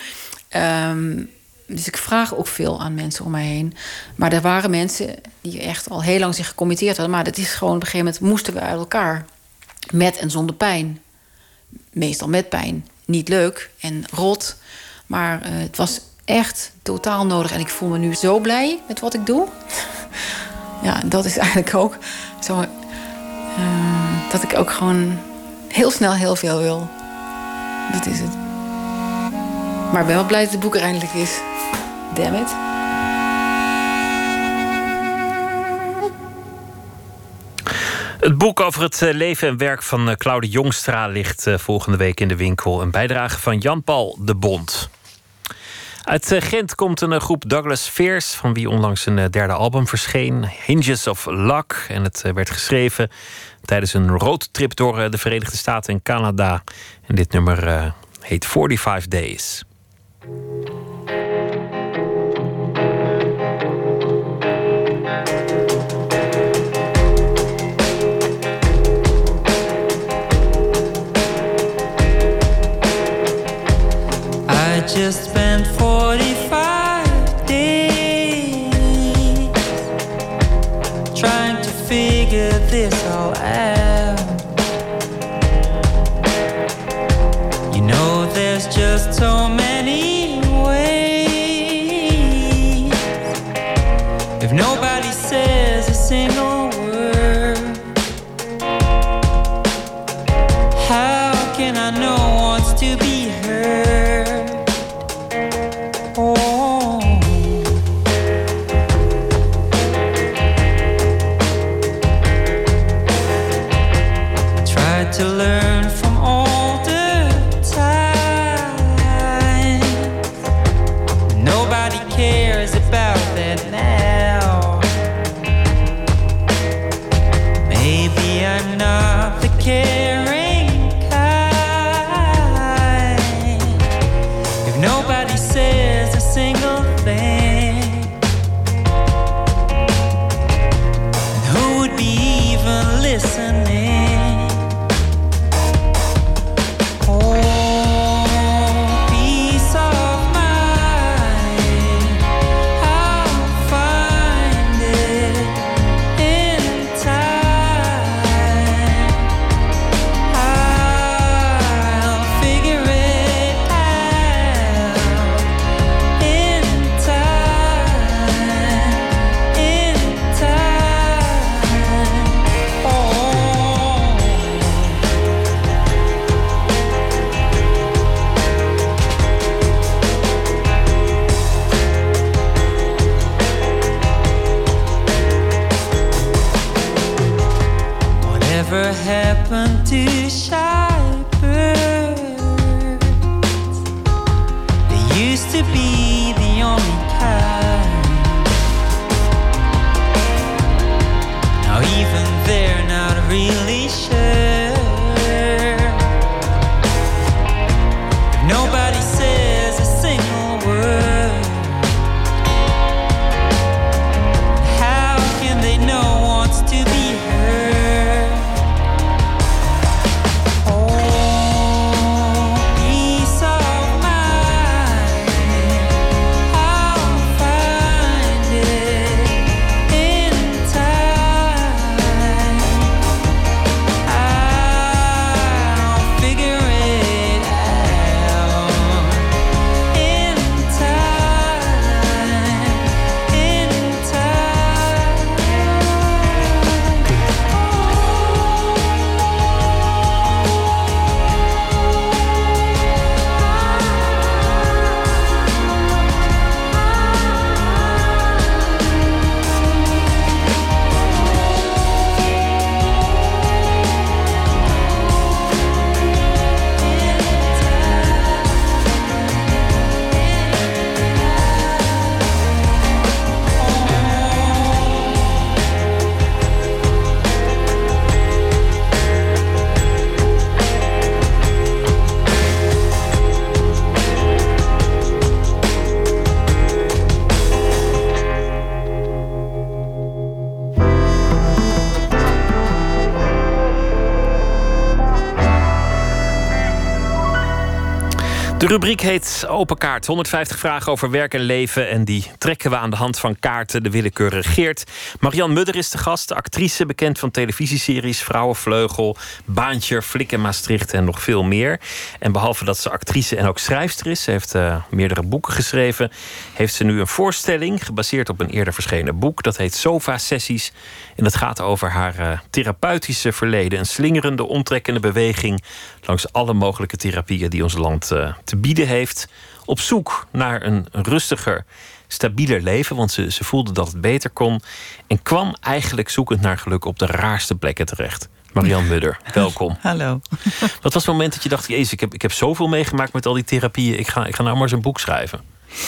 Dus ik vraag ook veel aan mensen om mij heen. Maar er waren mensen die echt al heel lang zich gecommitteerd hadden. Maar dat is gewoon op een gegeven moment moesten we uit elkaar. Met en zonder pijn. Meestal met pijn. Niet leuk en rot. Maar het was echt totaal nodig. En ik voel me nu zo blij met wat ik doe. Ja, dat is eigenlijk ook zo. Dat ik ook gewoon heel snel heel veel wil. Dat is het. Maar ik ben wel blij dat het boek er eindelijk is. Damn it. Het boek over het leven en werk van Claudia Jongstra ligt volgende week in de winkel. Een bijdrage van Jan-Paul de Bond. Uit Gent komt een groep Douglas Fears, van wie onlangs een derde album verscheen, Hinges of Luck. En het werd geschreven tijdens een roadtrip door de Verenigde Staten en Canada. En dit nummer heet 45 Days. I just spent 45 days trying to figure this all out. You know, there's just so many ways. If nobody says a single word, how can I know what's to be heard? Oh, tried to learn from all the time. Nobody cares about that now. Maybe I'm not the caring kind. If nobody says a single thing, and who would be even listening? Oh, peace of mind, I'll find it in time. I'll figure it out in time, in time. Oh. Whatever happened to shy birds? They used to be the only kind. Now even they're not really sure. If nobody says De rubriek heet Open Kaart. 150 vragen over werk en leven. En die trekken we aan de hand van kaarten. De willekeur regeert. Marianne Mudder is de gast. Actrice, bekend van televisieseries Vrouwenvleugel, Baantje, Flik en Maastricht en nog veel meer. En behalve dat ze actrice en ook schrijfster is, ze heeft meerdere boeken geschreven, heeft ze nu een voorstelling gebaseerd op een eerder verschenen boek. Dat heet Sofa Sessies. En dat gaat over haar therapeutische verleden. Een slingerende, omtrekkende beweging langs alle mogelijke therapieën die ons land te bieden heeft. Op zoek naar een rustiger, stabieler leven. Want ze voelde dat het beter kon. En kwam eigenlijk zoekend naar geluk op de raarste plekken terecht. Marianne Mudder, welkom. Hallo. Wat was het moment dat je dacht, jezus, ik heb zoveel meegemaakt met al die therapieën. Ik ga nou maar eens een boek schrijven.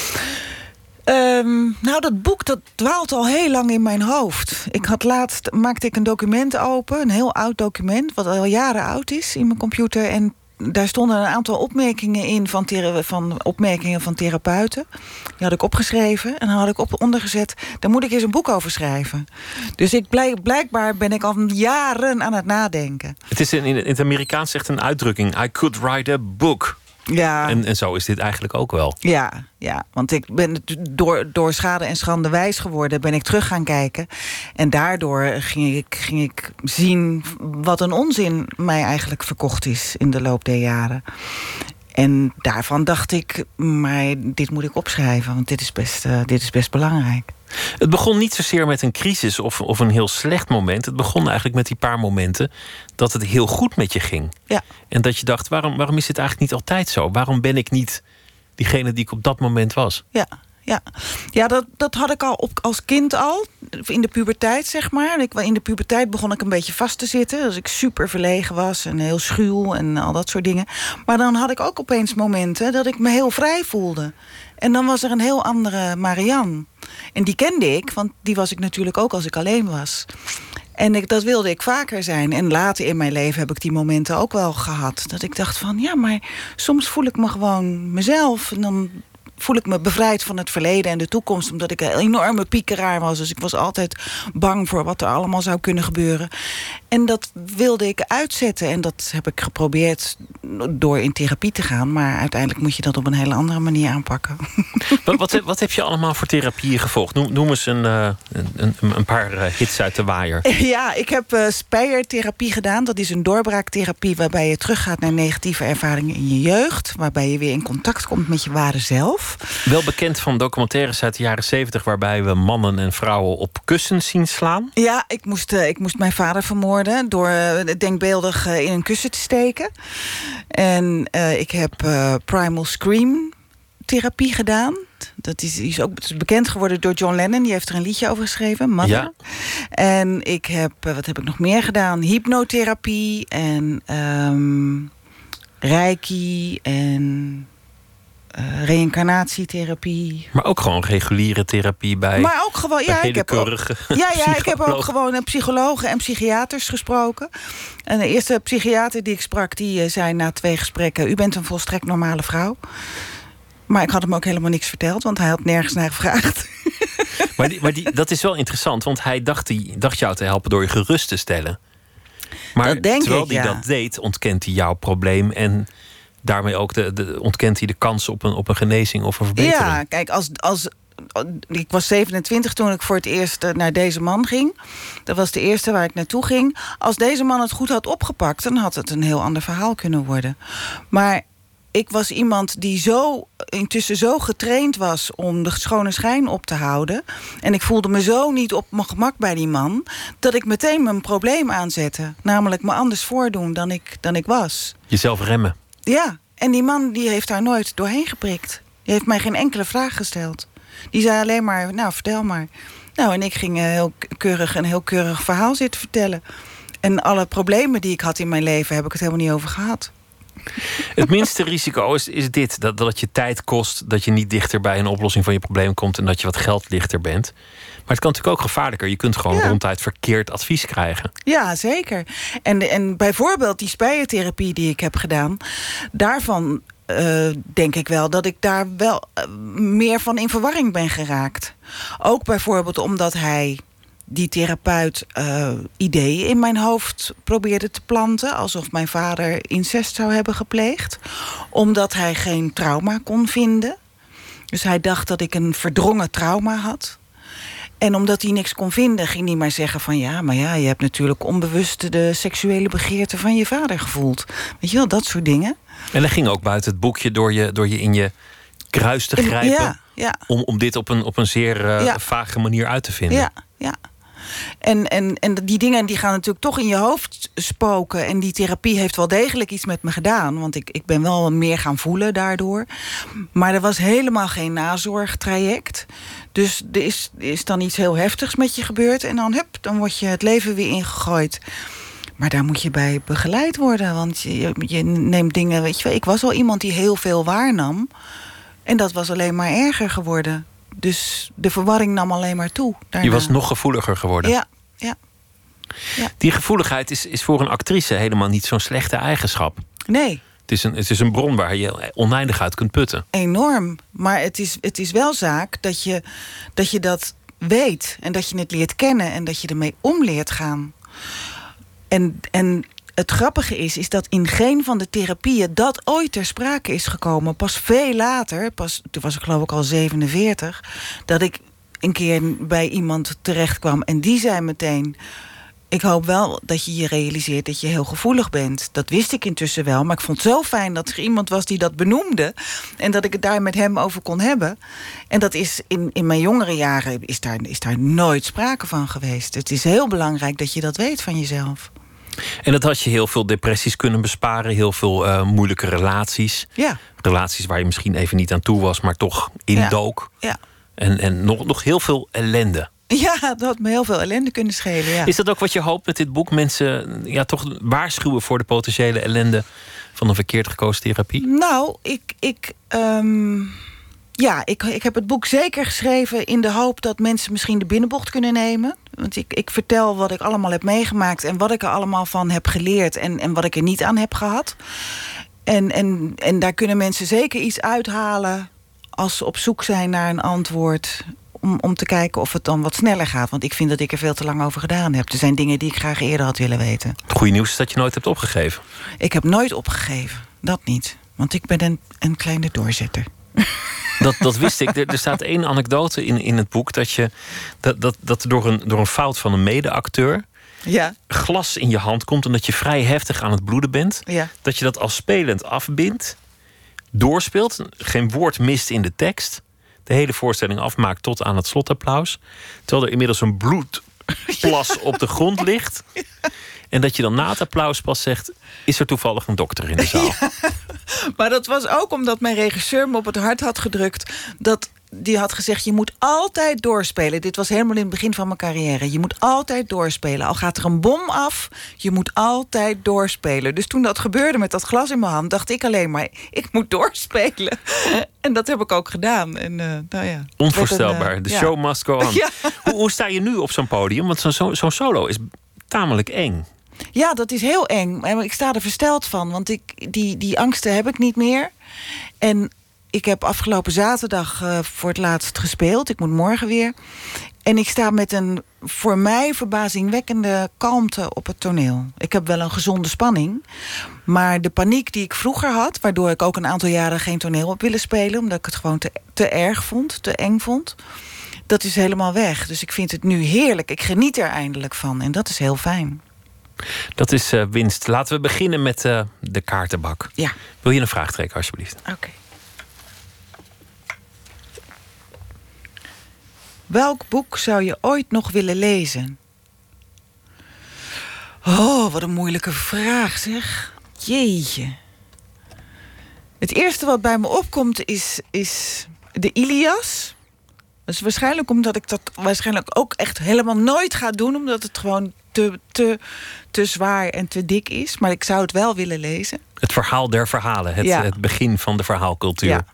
Nou, dat boek dat dwaalt al heel lang in mijn hoofd. Maakte ik een document open, een heel oud document, wat al jaren oud is in mijn computer. En daar stonden een aantal opmerkingen in van opmerkingen van therapeuten. Die had ik opgeschreven en dan had ik ondergezet, daar moet ik eens een boek over schrijven. Dus blijkbaar ben ik al jaren aan het nadenken. Het is in het Amerikaans echt een uitdrukking. I could write a book. Ja. En zo is dit eigenlijk ook wel. Ja, want ik ben door schade en schande wijs geworden, ben ik terug gaan kijken. En daardoor ging ik zien wat een onzin mij eigenlijk verkocht is in de loop der jaren. En daarvan dacht ik, maar dit moet ik opschrijven, want dit is best belangrijk. Het begon niet zozeer met een crisis of een heel slecht moment. Het begon eigenlijk met die paar momenten dat het heel goed met je ging. Ja. En dat je dacht, waarom is dit eigenlijk niet altijd zo? Waarom ben ik niet diegene die ik op dat moment was? Ja, dat had ik al als kind al. In de puberteit, zeg maar. In de puberteit begon ik een beetje vast te zitten. Dus ik super verlegen was en heel schuw en al dat soort dingen. Maar dan had ik ook opeens momenten dat ik me heel vrij voelde. En dan was er een heel andere Marianne. En die kende ik, want die was ik natuurlijk ook als ik alleen was. En dat wilde ik vaker zijn. En later in mijn leven heb ik die momenten ook wel gehad. Dat ik dacht van, ja, maar soms voel ik me gewoon mezelf. En dan voel ik me bevrijd van het verleden en de toekomst. Omdat ik een enorme piekeraar was. Dus ik was altijd bang voor wat er allemaal zou kunnen gebeuren. En dat wilde ik uitzetten. En dat heb ik geprobeerd door in therapie te gaan. Maar uiteindelijk moet je dat op een hele andere manier aanpakken. Wat heb je allemaal voor therapieën gevolgd? Noem eens een paar hits uit de waaier. Ja, ik heb Speyer-therapie gedaan. Dat is een doorbraaktherapie waarbij je teruggaat naar negatieve ervaringen in je jeugd. Waarbij je weer in contact komt met je ware zelf. Wel bekend van documentaires uit de jaren 70... waarbij we mannen en vrouwen op kussens zien slaan. Ja, ik moest mijn vader vermoorden door denkbeeldig in een kussen te steken. En ik heb Primal Scream therapie gedaan. Dat is ook bekend geworden door John Lennon. Die heeft er een liedje over geschreven, Mother. Ja. En ik heb, wat heb ik nog meer gedaan? Hypnotherapie en reiki en reïncarnatietherapie. Maar ook gewoon reguliere therapie bij. Maar ook gewoon, ja, ik heb ook gewoon psychologen en psychiaters gesproken. En de eerste psychiater die ik sprak, die zei na 2 gesprekken: u bent een volstrekt normale vrouw. Maar ik had hem ook helemaal niks verteld, want hij had nergens naar gevraagd. Maar dat is wel interessant, want hij dacht jou te helpen door je gerust te stellen. Maar terwijl hij dat deed, ontkent hij jouw probleem en daarmee ook ontkent hij de kans op een genezing of een verbetering. Ja, kijk, ik was 27 toen ik voor het eerst naar deze man ging. Dat was de eerste waar ik naartoe ging. Als deze man het goed had opgepakt, dan had het een heel ander verhaal kunnen worden. Maar ik was iemand die intussen zo getraind was om de schone schijn op te houden. En ik voelde me zo niet op mijn gemak bij die man, dat ik meteen mijn probleem aanzette. Namelijk me anders voordoen dan ik was. Jezelf remmen. Ja, en die man die heeft daar nooit doorheen geprikt. Die heeft mij geen enkele vraag gesteld. Die zei alleen maar, nou, vertel maar. Nou, en ik ging een heel keurig verhaal zitten vertellen. En alle problemen die ik had in mijn leven heb ik het helemaal niet over gehad. Het minste risico is dit, dat het je tijd kost, dat je niet dichter bij een oplossing van je probleem komt en dat je wat geld lichter bent. Maar het kan natuurlijk ook gevaarlijker. Je kunt gewoon ronduit verkeerd advies krijgen. Ja, zeker. En bijvoorbeeld die Speyer-therapie die ik heb gedaan, daarvan denk ik wel dat ik daar wel meer van in verwarring ben geraakt. Ook bijvoorbeeld omdat hij die therapeut ideeën in mijn hoofd probeerde te planten, alsof mijn vader incest zou hebben gepleegd, omdat hij geen trauma kon vinden. Dus hij dacht dat ik een verdrongen trauma had. En omdat hij niks kon vinden, ging hij maar zeggen van je hebt natuurlijk onbewust de seksuele begeerte van je vader gevoeld. Weet je wel, dat soort dingen. En dat ging ook buiten het boekje door je in je kruis te grijpen. Ja. Om dit op een zeer vage manier uit te vinden. Ja. En die dingen die gaan natuurlijk toch in je hoofd spoken. En die therapie heeft wel degelijk iets met me gedaan. Want ik ben wel meer gaan voelen daardoor. Maar er was helemaal geen nazorgtraject. Dus er is dan iets heel heftigs met je gebeurd. En dan word je het leven weer ingegooid. Maar daar moet je bij begeleid worden. Want je neemt dingen, weet je wel. Ik was al iemand die heel veel waarnam. En dat was alleen maar erger geworden. Dus de verwarring nam alleen maar toe. Daarna. Je was nog gevoeliger geworden. Ja. Die gevoeligheid is voor een actrice helemaal niet zo'n slechte eigenschap. Nee. Het is een bron waar je oneindig uit kunt putten. Enorm. Maar het is wel zaak dat je dat weet. En dat je het leert kennen. En dat je ermee om leert gaan. En het grappige is dat in geen van de therapieën dat ooit ter sprake is gekomen. Pas veel later, toen was ik geloof ik al 47... dat ik een keer bij iemand terecht kwam en die zei meteen: ik hoop wel dat je realiseert dat je heel gevoelig bent. Dat wist ik intussen wel, maar ik vond het zo fijn dat er iemand was die dat benoemde. En dat ik het daar met hem over kon hebben. En dat is in mijn jongere jaren is daar nooit sprake van geweest. Het is heel belangrijk dat je dat weet van jezelf. En dat had je heel veel depressies kunnen besparen. Heel veel moeilijke relaties. Ja. Relaties waar je misschien even niet aan toe was, maar toch indook. Ja. En nog heel veel ellende. Ja, dat had me heel veel ellende kunnen schelen. Ja. Is dat ook wat je hoopt met dit boek? Mensen toch waarschuwen voor de potentiële ellende van een verkeerd gekozen therapie? Nou, ik heb het boek zeker geschreven in de hoop dat mensen misschien de binnenbocht kunnen nemen. Want ik vertel wat ik allemaal heb meegemaakt en wat ik er allemaal van heb geleerd en wat ik er niet aan heb gehad. En daar kunnen mensen zeker iets uithalen als ze op zoek zijn naar een antwoord. Om te kijken of het dan wat sneller gaat. Want ik vind dat ik er veel te lang over gedaan heb. Er zijn dingen die ik graag eerder had willen weten. Het goede nieuws is dat je nooit hebt opgegeven. Ik heb nooit opgegeven. Dat niet. Want ik ben een kleine doorzetter. Dat wist ik. Er staat één anekdote in het boek. Dat er door een fout van een mede-acteur glas in je hand komt omdat je vrij heftig aan het bloeden bent. Ja. Dat je dat als spelend afbindt, doorspeelt, geen woord mist in de tekst, de hele voorstelling afmaakt tot aan het slotapplaus. Terwijl er inmiddels een bloedplas op de grond ligt. En dat je dan na het applaus pas zegt: is er toevallig een dokter in de zaal? Ja, maar dat was ook omdat mijn regisseur me op het hart had gedrukt. Die had gezegd: je moet altijd doorspelen. Dit was helemaal in het begin van mijn carrière. Je moet altijd doorspelen. Al gaat er een bom af, je moet altijd doorspelen. Dus toen dat gebeurde met dat glas in mijn hand, dacht ik alleen maar: ik moet doorspelen. En dat heb ik ook gedaan. En, onvoorstelbaar. De show must go on. Ja. Hoe sta je nu op zo'n podium? Want zo'n solo is tamelijk eng. Ja, dat is heel eng. Ik sta er versteld van. Want die angsten heb ik niet meer. En ik heb afgelopen zaterdag voor het laatst gespeeld. Ik moet morgen weer. En ik sta met een voor mij verbazingwekkende kalmte op het toneel. Ik heb wel een gezonde spanning. Maar de paniek die ik vroeger had, waardoor ik ook een aantal jaren geen toneel op willen spelen, omdat ik het gewoon te erg vond, te eng vond, dat is helemaal weg. Dus ik vind het nu heerlijk. Ik geniet er eindelijk van. En dat is heel fijn. Dat is winst. Laten we beginnen met de kaartenbak. Ja. Wil je een vraag trekken, alsjeblieft? Oké. Welk boek zou je ooit nog willen lezen? Oh, wat een moeilijke vraag, zeg. Jeetje. Het eerste wat bij me opkomt is de Ilias. Dat is waarschijnlijk omdat ik dat waarschijnlijk ook echt helemaal nooit ga doen, omdat het gewoon te zwaar en te dik is. Maar ik zou het wel willen lezen. Het verhaal der verhalen. Het begin van de verhaalcultuur. Ja.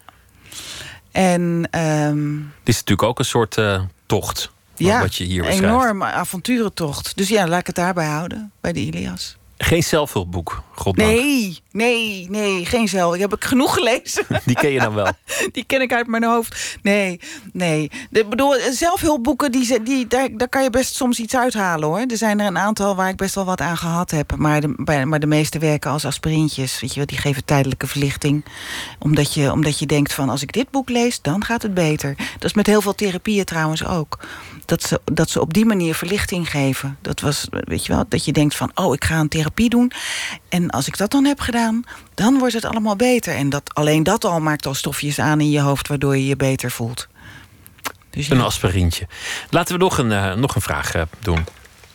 En het is natuurlijk ook een soort tocht. Wat je hier beschrijft. Een enorme avonturentocht. Dus ja, laat ik het daarbij houden. Bij de Ilias. Geen zelfhulpboek goddank. Nee, geen zelf. Ik heb genoeg gelezen. Die ken je dan wel? Die ken ik uit mijn hoofd. Nee. Ik bedoel, zelfhulpboeken, daar kan je best soms iets uithalen, hoor. Er zijn er een aantal waar ik best wel wat aan gehad heb. Maar de meeste werken als aspirintjes. Weet je wel, die geven tijdelijke verlichting. Omdat je denkt van, als ik dit boek lees, dan gaat het beter. Dat is met heel veel therapieën trouwens ook. Dat ze op die manier verlichting geven. Dat was, weet je wel, dat je denkt van, ik ga een therapie doen. En als ik dat dan heb gedaan, dan wordt het allemaal beter. En alleen dat al maakt al stofjes aan in je hoofd, waardoor je je beter voelt. Dus een aspirintje. Laten we nog een vraag doen.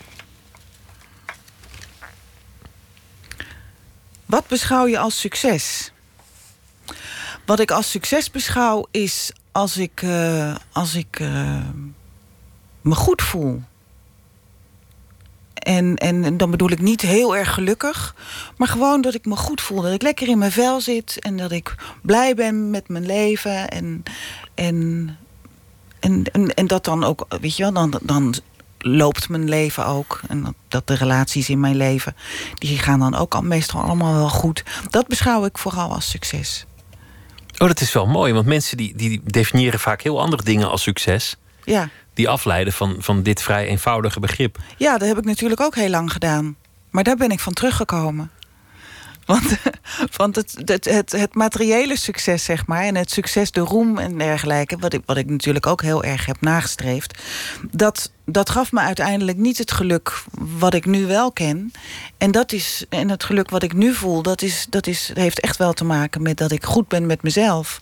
Wat beschouw je als succes? Wat ik als succes beschouw is als ik me goed voel. En dan bedoel ik niet heel erg gelukkig, maar gewoon dat ik me goed voel. Dat ik lekker in mijn vel zit en dat ik blij ben met mijn leven. En dat dan ook, weet je wel, dan loopt mijn leven ook. En dat de relaties in mijn leven, die gaan dan ook al meestal allemaal wel goed. Dat beschouw ik vooral als succes. Dat is wel mooi, want mensen die definiëren vaak heel andere dingen als succes. Ja. Die afleiden van dit vrij eenvoudige begrip. Ja, dat heb ik natuurlijk ook heel lang gedaan. Maar daar ben ik van teruggekomen. Want het materiële succes, zeg maar, en het succes, de roem en dergelijke, wat ik natuurlijk ook heel erg heb nagestreefd, dat gaf me uiteindelijk niet het geluk wat ik nu wel ken. En het geluk wat ik nu voel, dat heeft echt wel te maken met dat ik goed ben met mezelf.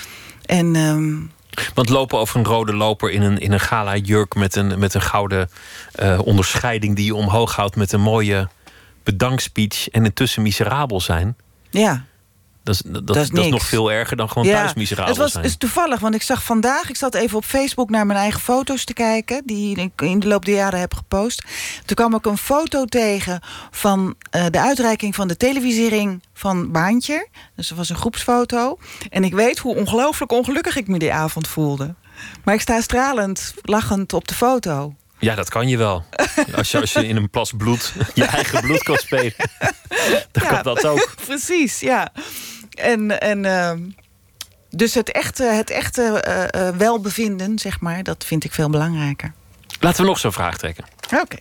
Want lopen over een rode loper in een gala jurk met een gouden onderscheiding die je omhoog houdt met een mooie bedankspeech en intussen miserabel zijn. Ja. Dat is nog veel erger dan gewoon thuis miserabel zijn. Het is toevallig, want ik zat even op Facebook naar mijn eigen foto's te kijken, die ik in de loop der jaren heb gepost. Toen kwam ik een foto tegen van de uitreiking van de televisiering van Baantje. Dus dat was een groepsfoto. En ik weet hoe ongelooflijk ongelukkig ik me die avond voelde. Maar ik sta stralend, lachend op de foto. Ja, dat kan je wel. Als je in een plas bloed je eigen bloed kan spelen, dan kan dat ook. Precies, ja. Dus het echte welbevinden, zeg maar, dat vind ik veel belangrijker. Laten we nog zo'n vraag trekken. Oké.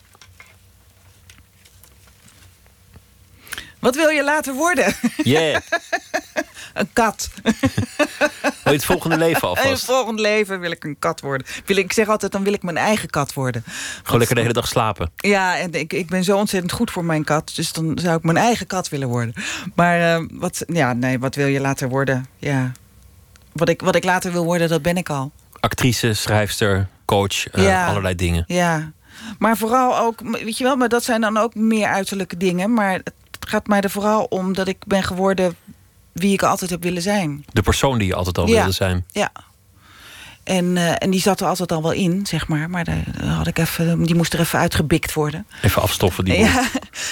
Wat wil je later worden? Yeah. Een kat. Wil je het volgende leven alvast? In het volgende leven wil ik een kat worden. Ik zeg altijd, dan wil ik mijn eigen kat worden. Gewoon lekker de hele dag slapen. Ja, en ik ben zo ontzettend goed voor mijn kat. Dus dan zou ik mijn eigen kat willen worden. Maar wat wil je later worden? Ja. Wat ik later wil worden, dat ben ik al. Actrice, schrijfster, coach, allerlei dingen. Ja, maar vooral ook, weet je wel, maar dat zijn dan ook meer uiterlijke dingen. Maar het gaat mij er vooral om dat ik ben geworden wie ik altijd heb willen zijn. De persoon die je altijd al wilde zijn. Ja. En die zat er altijd al wel in, zeg maar. Maar die moest er even uitgebikt worden. Even afstoffen, die ja.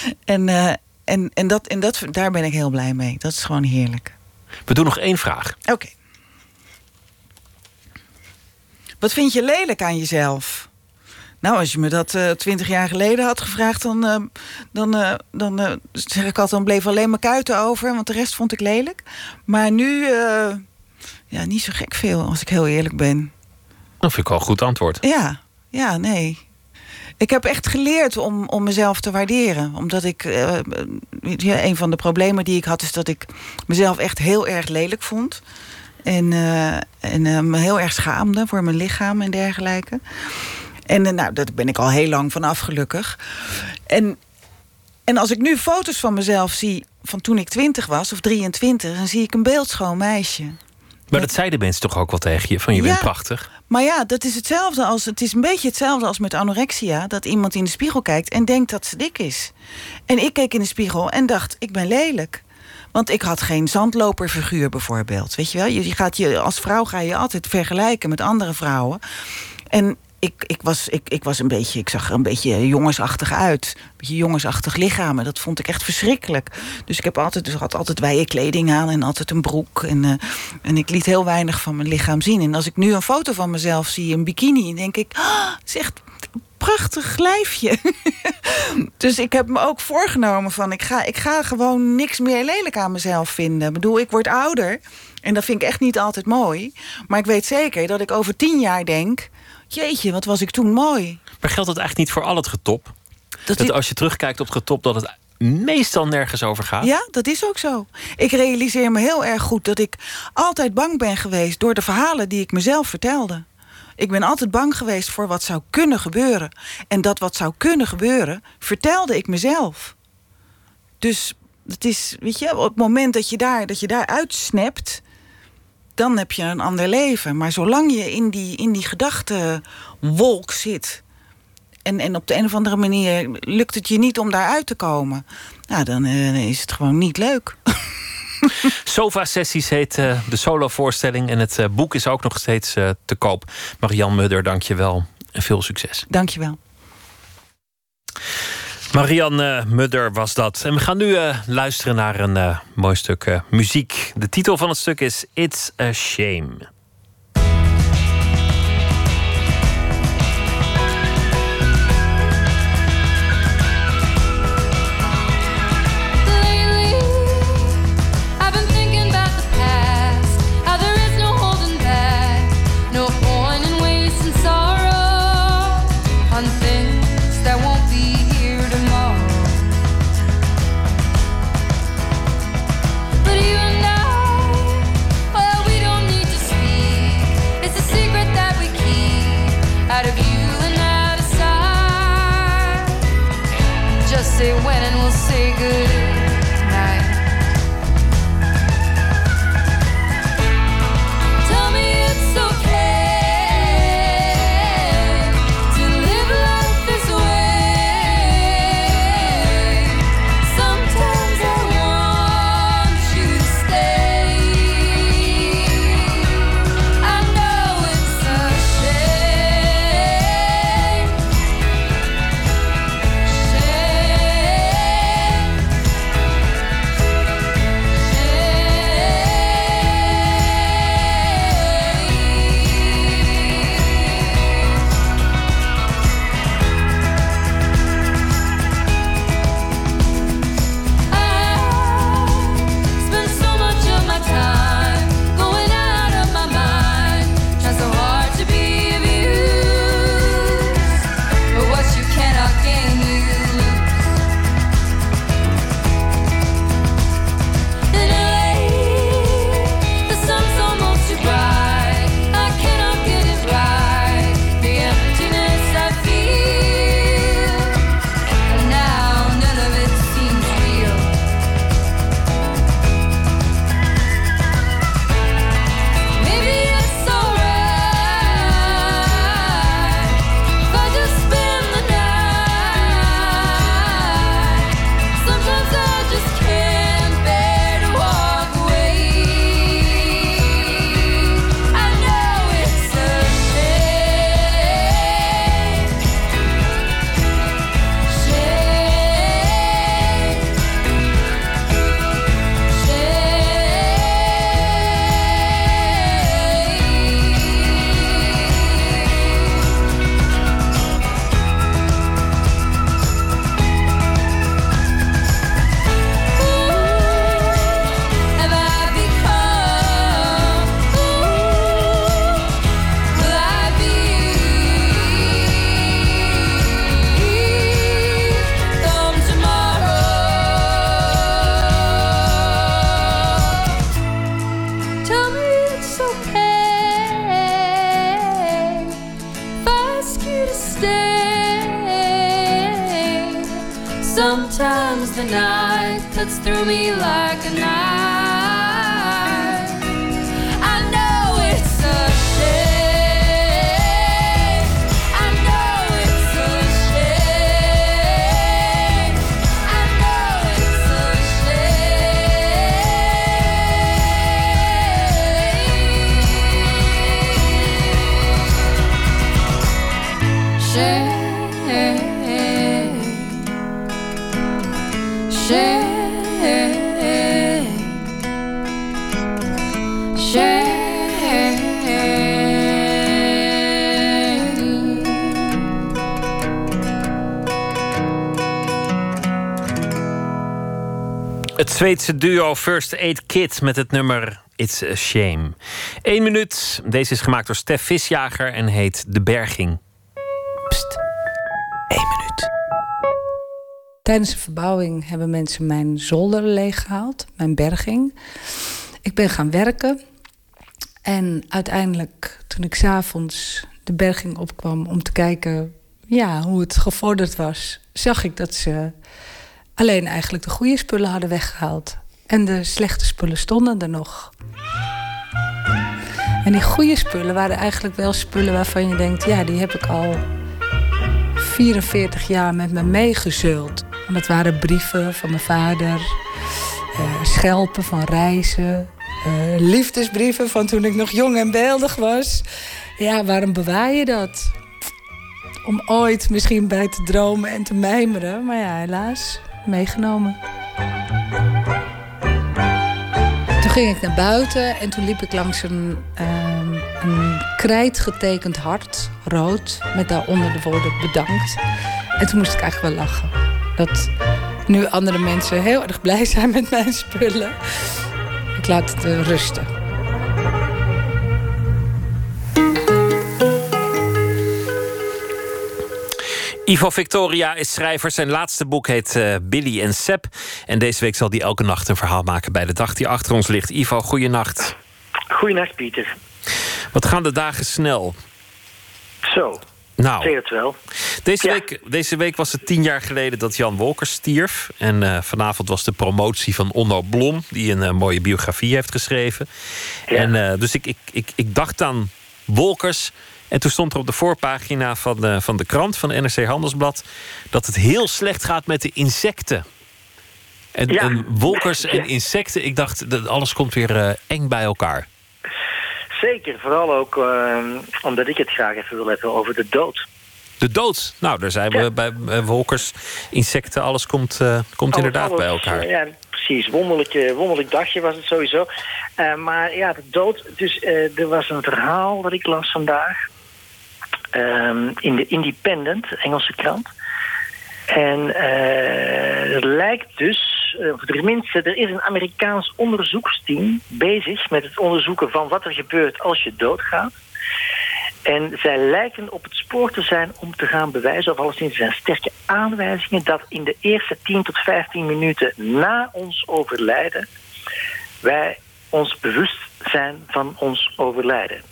Daar ben ik heel blij mee. Dat is gewoon heerlijk. We doen nog 1 vraag. Oké. Wat vind je lelijk aan jezelf? Nou, als je me dat 20 jaar geleden had gevraagd, dan zeg ik altijd, dan bleef alleen mijn kuiten over, want de rest vond ik lelijk. Maar nu, niet zo gek veel, als ik heel eerlijk ben. Dat vind ik wel een goed antwoord. Ja, nee. Ik heb echt geleerd om mezelf te waarderen. Omdat ik, een van de problemen die ik had, is dat ik mezelf echt heel erg lelijk vond. En me heel erg schaamde voor mijn lichaam en dergelijke. En daar ben ik al heel lang vanaf, gelukkig. En als ik nu foto's van mezelf zie van toen ik 20 was of 23, dan zie ik een beeldschoon meisje. Maar dat zeiden mensen toch ook wel tegen je? Van je bent prachtig. Maar ja, het is een beetje hetzelfde als met anorexia. Dat iemand in de spiegel kijkt en denkt dat ze dik is. En ik keek in de spiegel en dacht, ik ben lelijk. Want ik had geen zandloperfiguur bijvoorbeeld. Weet je wel? Als vrouw ga je altijd vergelijken met andere vrouwen. En ik zag er een beetje jongensachtig uit. Een beetje jongensachtig lichaam. En dat vond ik echt verschrikkelijk. Dus ik had altijd wijde kleding aan en altijd een broek. En ik liet heel weinig van mijn lichaam zien. En als ik nu een foto van mezelf zie in bikini, denk ik, het is echt prachtig lijfje. Dus ik heb me ook voorgenomen van... ik ga gewoon niks meer lelijk aan mezelf vinden. Ik bedoel, ik word ouder. En dat vind ik echt niet altijd mooi. Maar ik weet zeker dat ik over 10 jaar denk... jeetje, wat was ik toen mooi. Maar geldt het eigenlijk niet voor al het getop? Dat als je terugkijkt op het getop... dat het meestal nergens over gaat? Ja, dat is ook zo. Ik realiseer me heel erg goed dat ik altijd bang ben geweest... door de verhalen die ik mezelf vertelde. Ik ben altijd bang geweest voor wat zou kunnen gebeuren. En dat wat zou kunnen gebeuren, vertelde ik mezelf. Dus het is, weet je, op het moment dat je daar uitsnapt... dan heb je een ander leven. Maar zolang je in die gedachtenwolk zit... En op de een of andere manier lukt het je niet om daaruit te komen... nou, dan is het gewoon niet leuk. Sofa-sessies heet de solovoorstelling... en het boek is ook nog steeds te koop. Marianne Mudder, dank je wel en veel succes. Dank je wel. Marianne Mudder was dat. En we gaan nu luisteren naar een mooi stuk muziek. De titel van het stuk is It's a Shame. Say when and we'll say good night. Tell me it's okay to live life this way. Sometimes I want you to stay. I know it's a shame. Sometimes the night cuts through me like a knife. I know it's a shame. I know it's a shame. I know it's a shame. Shame. Shame. Het Zweedse duo First Aid Kit met het nummer It's a Shame. 1 minuut. Deze is gemaakt door Stef Visjager en heet De Berging. Pst. 1 minuut. Tijdens de verbouwing hebben mensen mijn zolder leeggehaald. Mijn berging. Ik ben gaan werken. En uiteindelijk, toen ik 's avonds de berging opkwam om te kijken hoe het gevorderd was, zag ik dat ze alleen eigenlijk de goede spullen hadden weggehaald. En de slechte spullen stonden er nog. En die goede spullen waren eigenlijk wel spullen waarvan je denkt, die heb ik al 44 jaar met me meegezeuld. En dat waren brieven van mijn vader, schelpen van reizen, liefdesbrieven van toen ik nog jong en beeldig was. Ja, waarom bewaar je dat? Om ooit misschien bij te dromen en te mijmeren. Maar ja, helaas, meegenomen. Toen ging ik naar buiten en toen liep ik langs een krijtgetekend hart, rood, met daaronder de woorden bedankt. En toen moest ik eigenlijk wel lachen. Dat nu andere mensen heel erg blij zijn met mijn spullen. Ik laat het rusten. Ivo Victoria is schrijver. Zijn laatste boek heet Billy en Seb. En deze week zal hij elke nacht een verhaal maken bij de dag die achter ons ligt. Ivo, goeienacht. Goeienacht, Pieter. Wat gaan de dagen snel? Zo, nou, zeg het wel. Deze week was het 10 jaar geleden dat Jan Wolkers stierf. En vanavond was de promotie van Onno Blom, die een mooie biografie heeft geschreven. Ja. En dus ik dacht aan Wolkers. En toen stond er op de voorpagina van de krant, van NRC Handelsblad, dat het heel slecht gaat met de insecten. En Wolkers en insecten, ik dacht, dat alles komt weer eng bij elkaar. Zeker, vooral ook omdat ik het graag even wil hebben over de dood. De dood? Nou, daar zijn we bij Wolkers. Insecten, alles komt inderdaad bij elkaar. Ja, precies. Wonderlijk dagje was het sowieso. Maar ja, de dood. Dus er was een verhaal dat ik las vandaag. In de Independent, Engelse krant. En het lijkt dus, of tenminste, er is een Amerikaans onderzoeksteam bezig met het onderzoeken van wat er gebeurt als je doodgaat. En zij lijken op het spoor te zijn om te gaan bewijzen, of alleszins zijn sterke aanwijzingen, dat in de eerste 10 tot 15 minuten na ons overlijden wij ons bewust zijn van ons overlijden.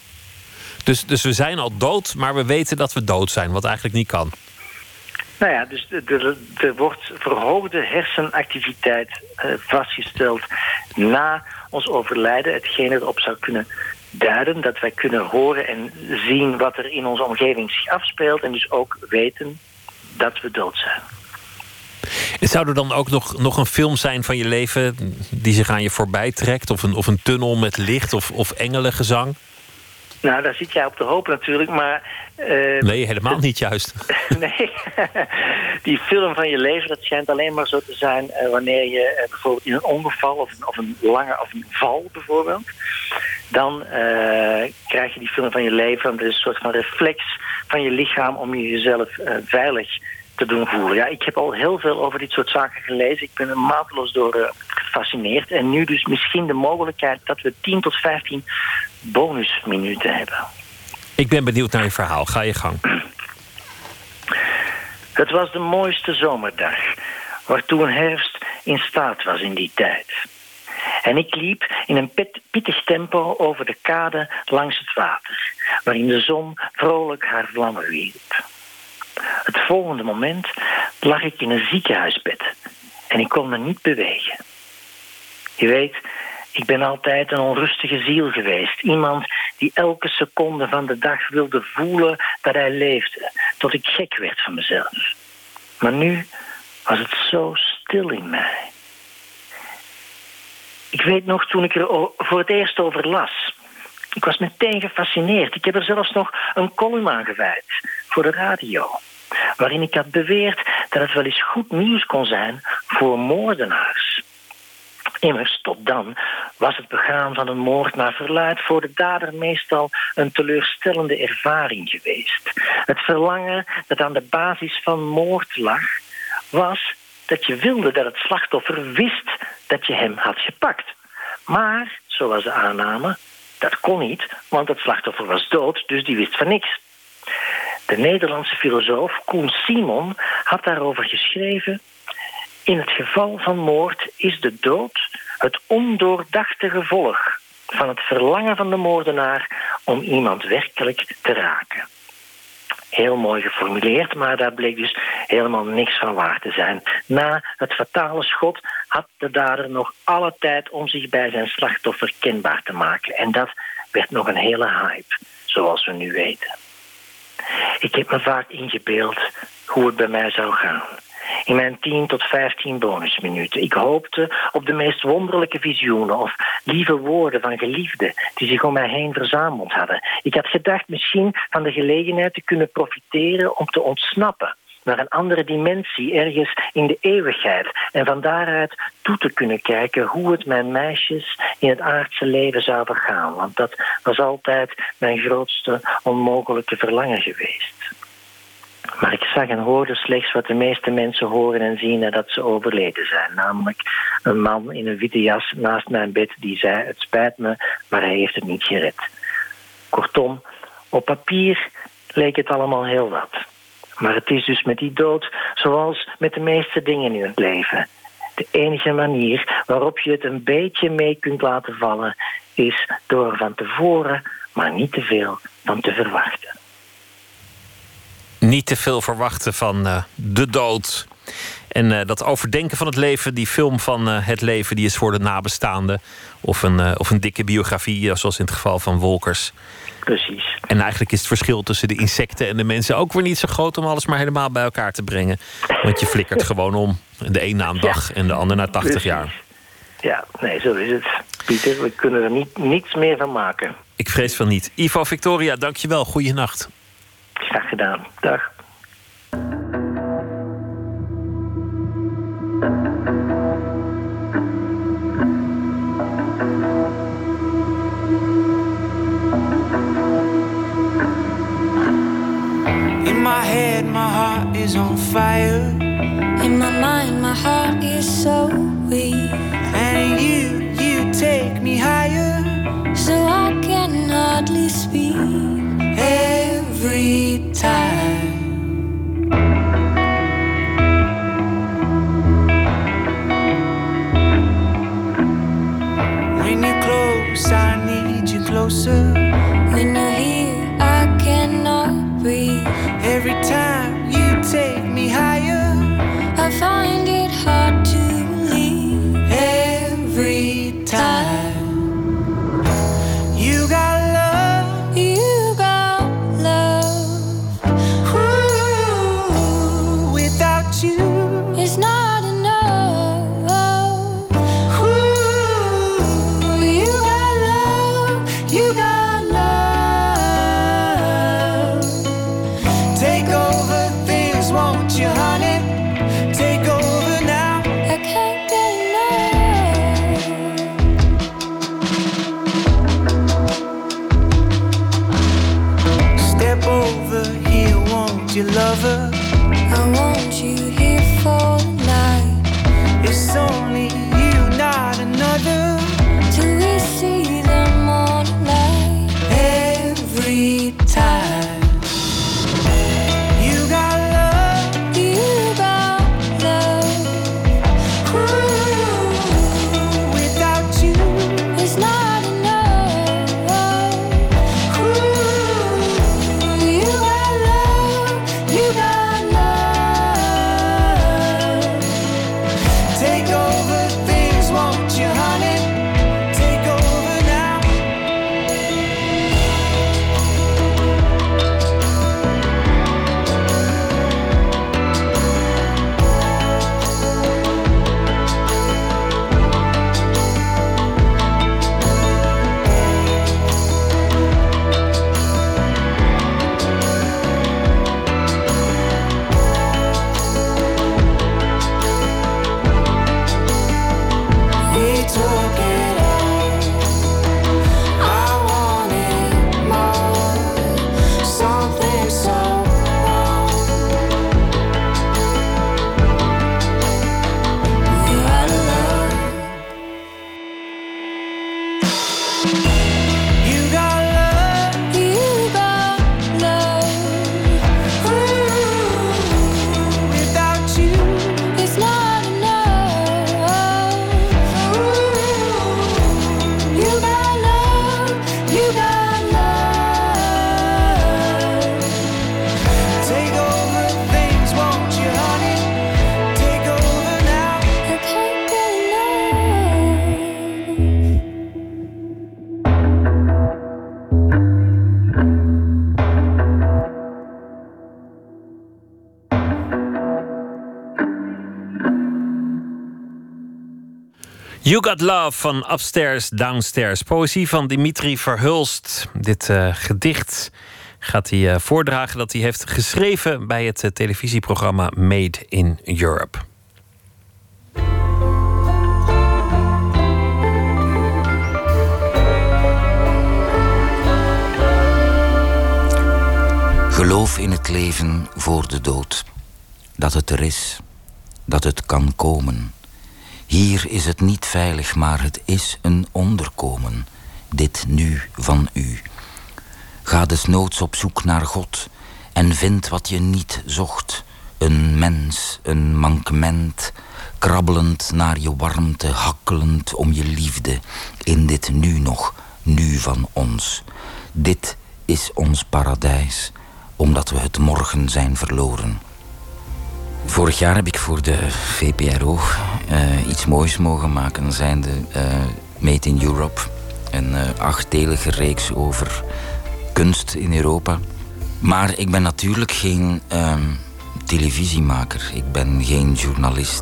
Dus we zijn al dood, maar we weten dat we dood zijn, wat eigenlijk niet kan. Nou ja, dus er wordt verhoogde hersenactiviteit vastgesteld na ons overlijden. Hetgeen erop zou kunnen duiden dat wij kunnen horen en zien wat er in onze omgeving zich afspeelt. En dus ook weten dat we dood zijn. En zou er dan ook nog een film zijn van je leven die zich aan je voorbij trekt? Of een tunnel met licht of engelengezang? Nou, daar zit jij op te hopen natuurlijk, maar... nee, helemaal niet juist. Nee, die film van je leven, dat schijnt alleen maar zo te zijn wanneer je bijvoorbeeld in een ongeval of een val bijvoorbeeld, dan krijg je die film van je leven. Dat is een soort van reflex van je lichaam om jezelf veilig te doen voelen. Ja, ik heb al heel veel over dit soort zaken gelezen. Ik ben er mateloos door gefascineerd. En nu dus misschien de mogelijkheid dat we 10 tot 15 bonusminuten hebben. Ik ben benieuwd naar je verhaal. Ga je gang. Het was de mooiste zomerdag, waartoe een herfst in staat was in die tijd. En ik liep in een pittig tempo over de kade langs het water, waarin de zon vrolijk haar vlammen wierp. Het volgende moment lag ik in een ziekenhuisbed en ik kon me niet bewegen. Je weet, ik ben altijd een onrustige ziel geweest. Iemand die elke seconde van de dag wilde voelen dat hij leefde, tot ik gek werd van mezelf. Maar nu was het zo stil in mij. Ik weet nog toen ik er voor het eerst over las. Ik was meteen gefascineerd. Ik heb er zelfs nog een column aan gewijd voor de radio, waarin ik had beweerd dat het wel eens goed nieuws kon zijn voor moordenaars. Immers, tot dan was het begaan van een moord naar verluidt voor de dader meestal een teleurstellende ervaring geweest. Het verlangen dat aan de basis van moord lag, was dat je wilde dat het slachtoffer wist dat je hem had gepakt. Maar, zoals ze aannamen, dat kon niet, want het slachtoffer was dood, dus die wist van niks. De Nederlandse filosoof Koen Simon had daarover geschreven: in het geval van moord is de dood het ondoordachte gevolg van het verlangen van de moordenaar om iemand werkelijk te raken. Heel mooi geformuleerd, maar daar bleek dus helemaal niks van waar te zijn. Na het fatale schot had de dader nog alle tijd om zich bij zijn slachtoffer kenbaar te maken. En dat werd nog een hele hype, zoals we nu weten. Ik heb me vaak ingebeeld hoe het bij mij zou gaan. In mijn 10 tot 15 bonusminuten. Ik hoopte op de meest wonderlijke visioenen of lieve woorden van geliefden die zich om mij heen verzameld hadden. Ik had gedacht misschien van de gelegenheid te kunnen profiteren om te ontsnappen naar een andere dimensie ergens in de eeuwigheid en van daaruit toe te kunnen kijken hoe het mijn meisjes in het aardse leven zou vergaan. Want dat was altijd mijn grootste onmogelijke verlangen geweest. Maar ik zag en hoorde slechts wat de meeste mensen horen en zien nadat ze overleden zijn. Namelijk een man in een witte jas naast mijn bed die zei: het spijt me, maar hij heeft het niet gered. Kortom, op papier leek het allemaal heel wat. Maar het is dus met die dood zoals met de meeste dingen in het leven. De enige manier waarop je het een beetje mee kunt laten vallen is door er van tevoren, maar niet te veel van te verwachten. Niet te veel verwachten van de dood. En dat overdenken van het leven, die film van Het Leven, die is voor de nabestaanden. Of een dikke biografie, zoals in het geval van Wolkers. Precies. En eigenlijk is het verschil tussen de insecten en de mensen ook weer niet zo groot om alles maar helemaal bij elkaar te brengen. Want je flikkert gewoon om. De een na een dag en de ander na 80 jaar. Ja, nee, zo is het. Pieter, we kunnen er niets meer van maken. Ik vrees van niet. Ivo, Victoria, dankjewel. Goeienacht. Graag gedaan. Dag. In my head, my heart is on fire. In my mind, my heart is so weak. And you take me higher. So I can hardly speak. Every time. When you're close, I need you closer. When you're here, I cannot breathe. Every time you take me higher, I find it hard to believe. Every time. You got love. You got love. Ooh, without you, it's not enough. ooh, You got love. you got love. Take over things, won't you, honey? Take over now. I can't get enough. Step over here, won't you, lover? I want you here for the night. It's only you, not another. Till we see the morning light. Every time. You got love. You got love. Ooh, without you, It's not enough. ooh, You got love. you got love. Take over things, won't you, honey? Take over now. You Got Love van Upstairs, Downstairs. Poëzie van Dimitri Verhulst. Dit gedicht gaat hij voordragen dat hij heeft geschreven bij het televisieprogramma Made in Europe. Geloof in het leven voor de dood. Dat het er is. Dat het kan komen. Hier is het niet veilig, maar het is een onderkomen. Dit nu van u. Ga desnoods op zoek naar God en vind wat je niet zocht. Een mens, een mankement, krabbelend naar je warmte, hakkelend om je liefde. In dit nu nog, nu van ons. Dit is ons paradijs, omdat we het morgen zijn verloren. Vorig jaar heb ik voor de VPRO iets moois mogen maken, zijnde Made in Europe. Een 8-delige reeks over kunst in Europa. Maar ik ben natuurlijk geen televisiemaker. Ik ben geen journalist.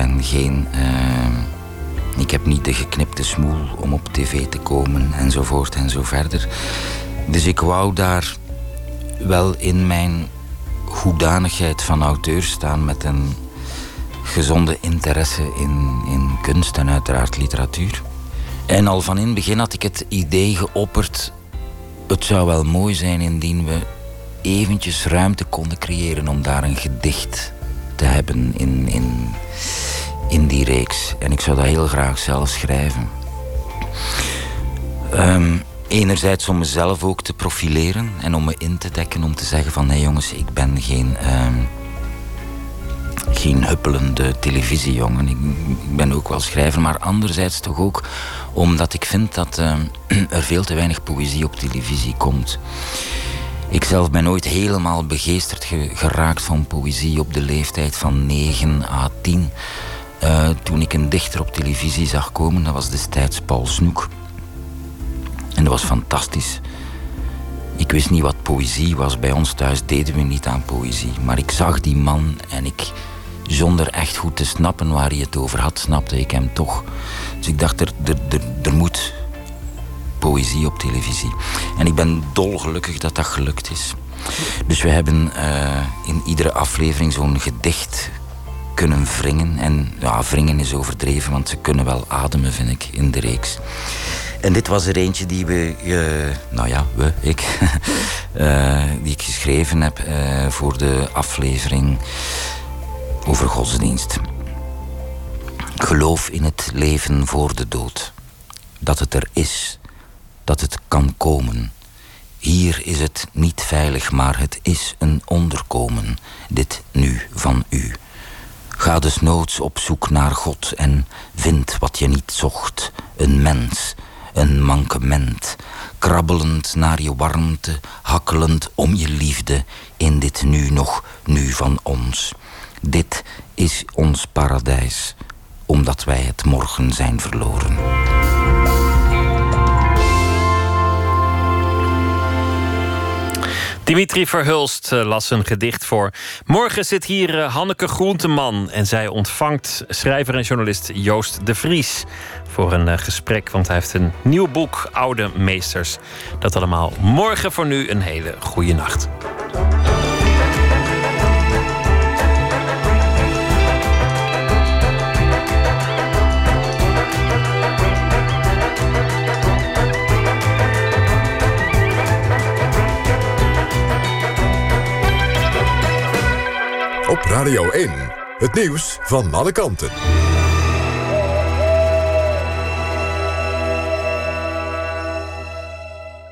Ik heb niet de geknipte smoel om op tv te komen enzovoort en zo verder. Dus ik wou daar wel in mijn hoedanigheid van auteur staan met een gezonde interesse in kunst en uiteraard literatuur. En al van in het begin had ik het idee geopperd, het zou wel mooi zijn indien we eventjes ruimte konden creëren om daar een gedicht te hebben in die reeks. En ik zou dat heel graag zelf schrijven. Enerzijds om mezelf ook te profileren en om me in te dekken, om te zeggen van nee jongens, ik ben geen huppelende televisiejongen. Ik ben ook wel schrijver, maar anderzijds toch ook omdat ik vind dat er veel te weinig poëzie op televisie komt. Ik zelf ben ooit helemaal begeesterd geraakt van poëzie op de leeftijd van 9 à 10. Toen ik een dichter op televisie zag komen, dat was destijds Paul Snoek. En dat was fantastisch. Ik wist niet wat poëzie was. Bij ons thuis deden we niet aan poëzie. Maar ik zag die man en ik, zonder echt goed te snappen waar hij het over had, snapte ik hem toch. Dus ik dacht, er moet poëzie op televisie. En ik ben dolgelukkig dat dat gelukt is. Dus we hebben in iedere aflevering zo'n gedicht kunnen wringen. En ja, wringen is overdreven, want ze kunnen wel ademen, vind ik, in de reeks. En dit was er eentje die die ik geschreven heb voor de aflevering over godsdienst. Geloof in het leven voor de dood. Dat het er is. Dat het kan komen. Hier is het niet veilig, maar het is een onderkomen. Dit nu van u. Ga desnoods op zoek naar God en vind wat je niet zocht. Een mens. Een mankement, krabbelend naar je warmte, hakkelend om je liefde, in dit nu nog, nu van ons. Dit is ons paradijs, omdat wij het morgen zijn verloren. Dimitri Verhulst las een gedicht voor. Morgen zit hier Hanneke Groenteman en zij ontvangt schrijver en journalist Joost de Vries voor een gesprek, want hij heeft een nieuw boek, Oude Meesters. Dat allemaal morgen. Voor nu een hele goede nacht. Op Radio 1, het nieuws van alle kanten.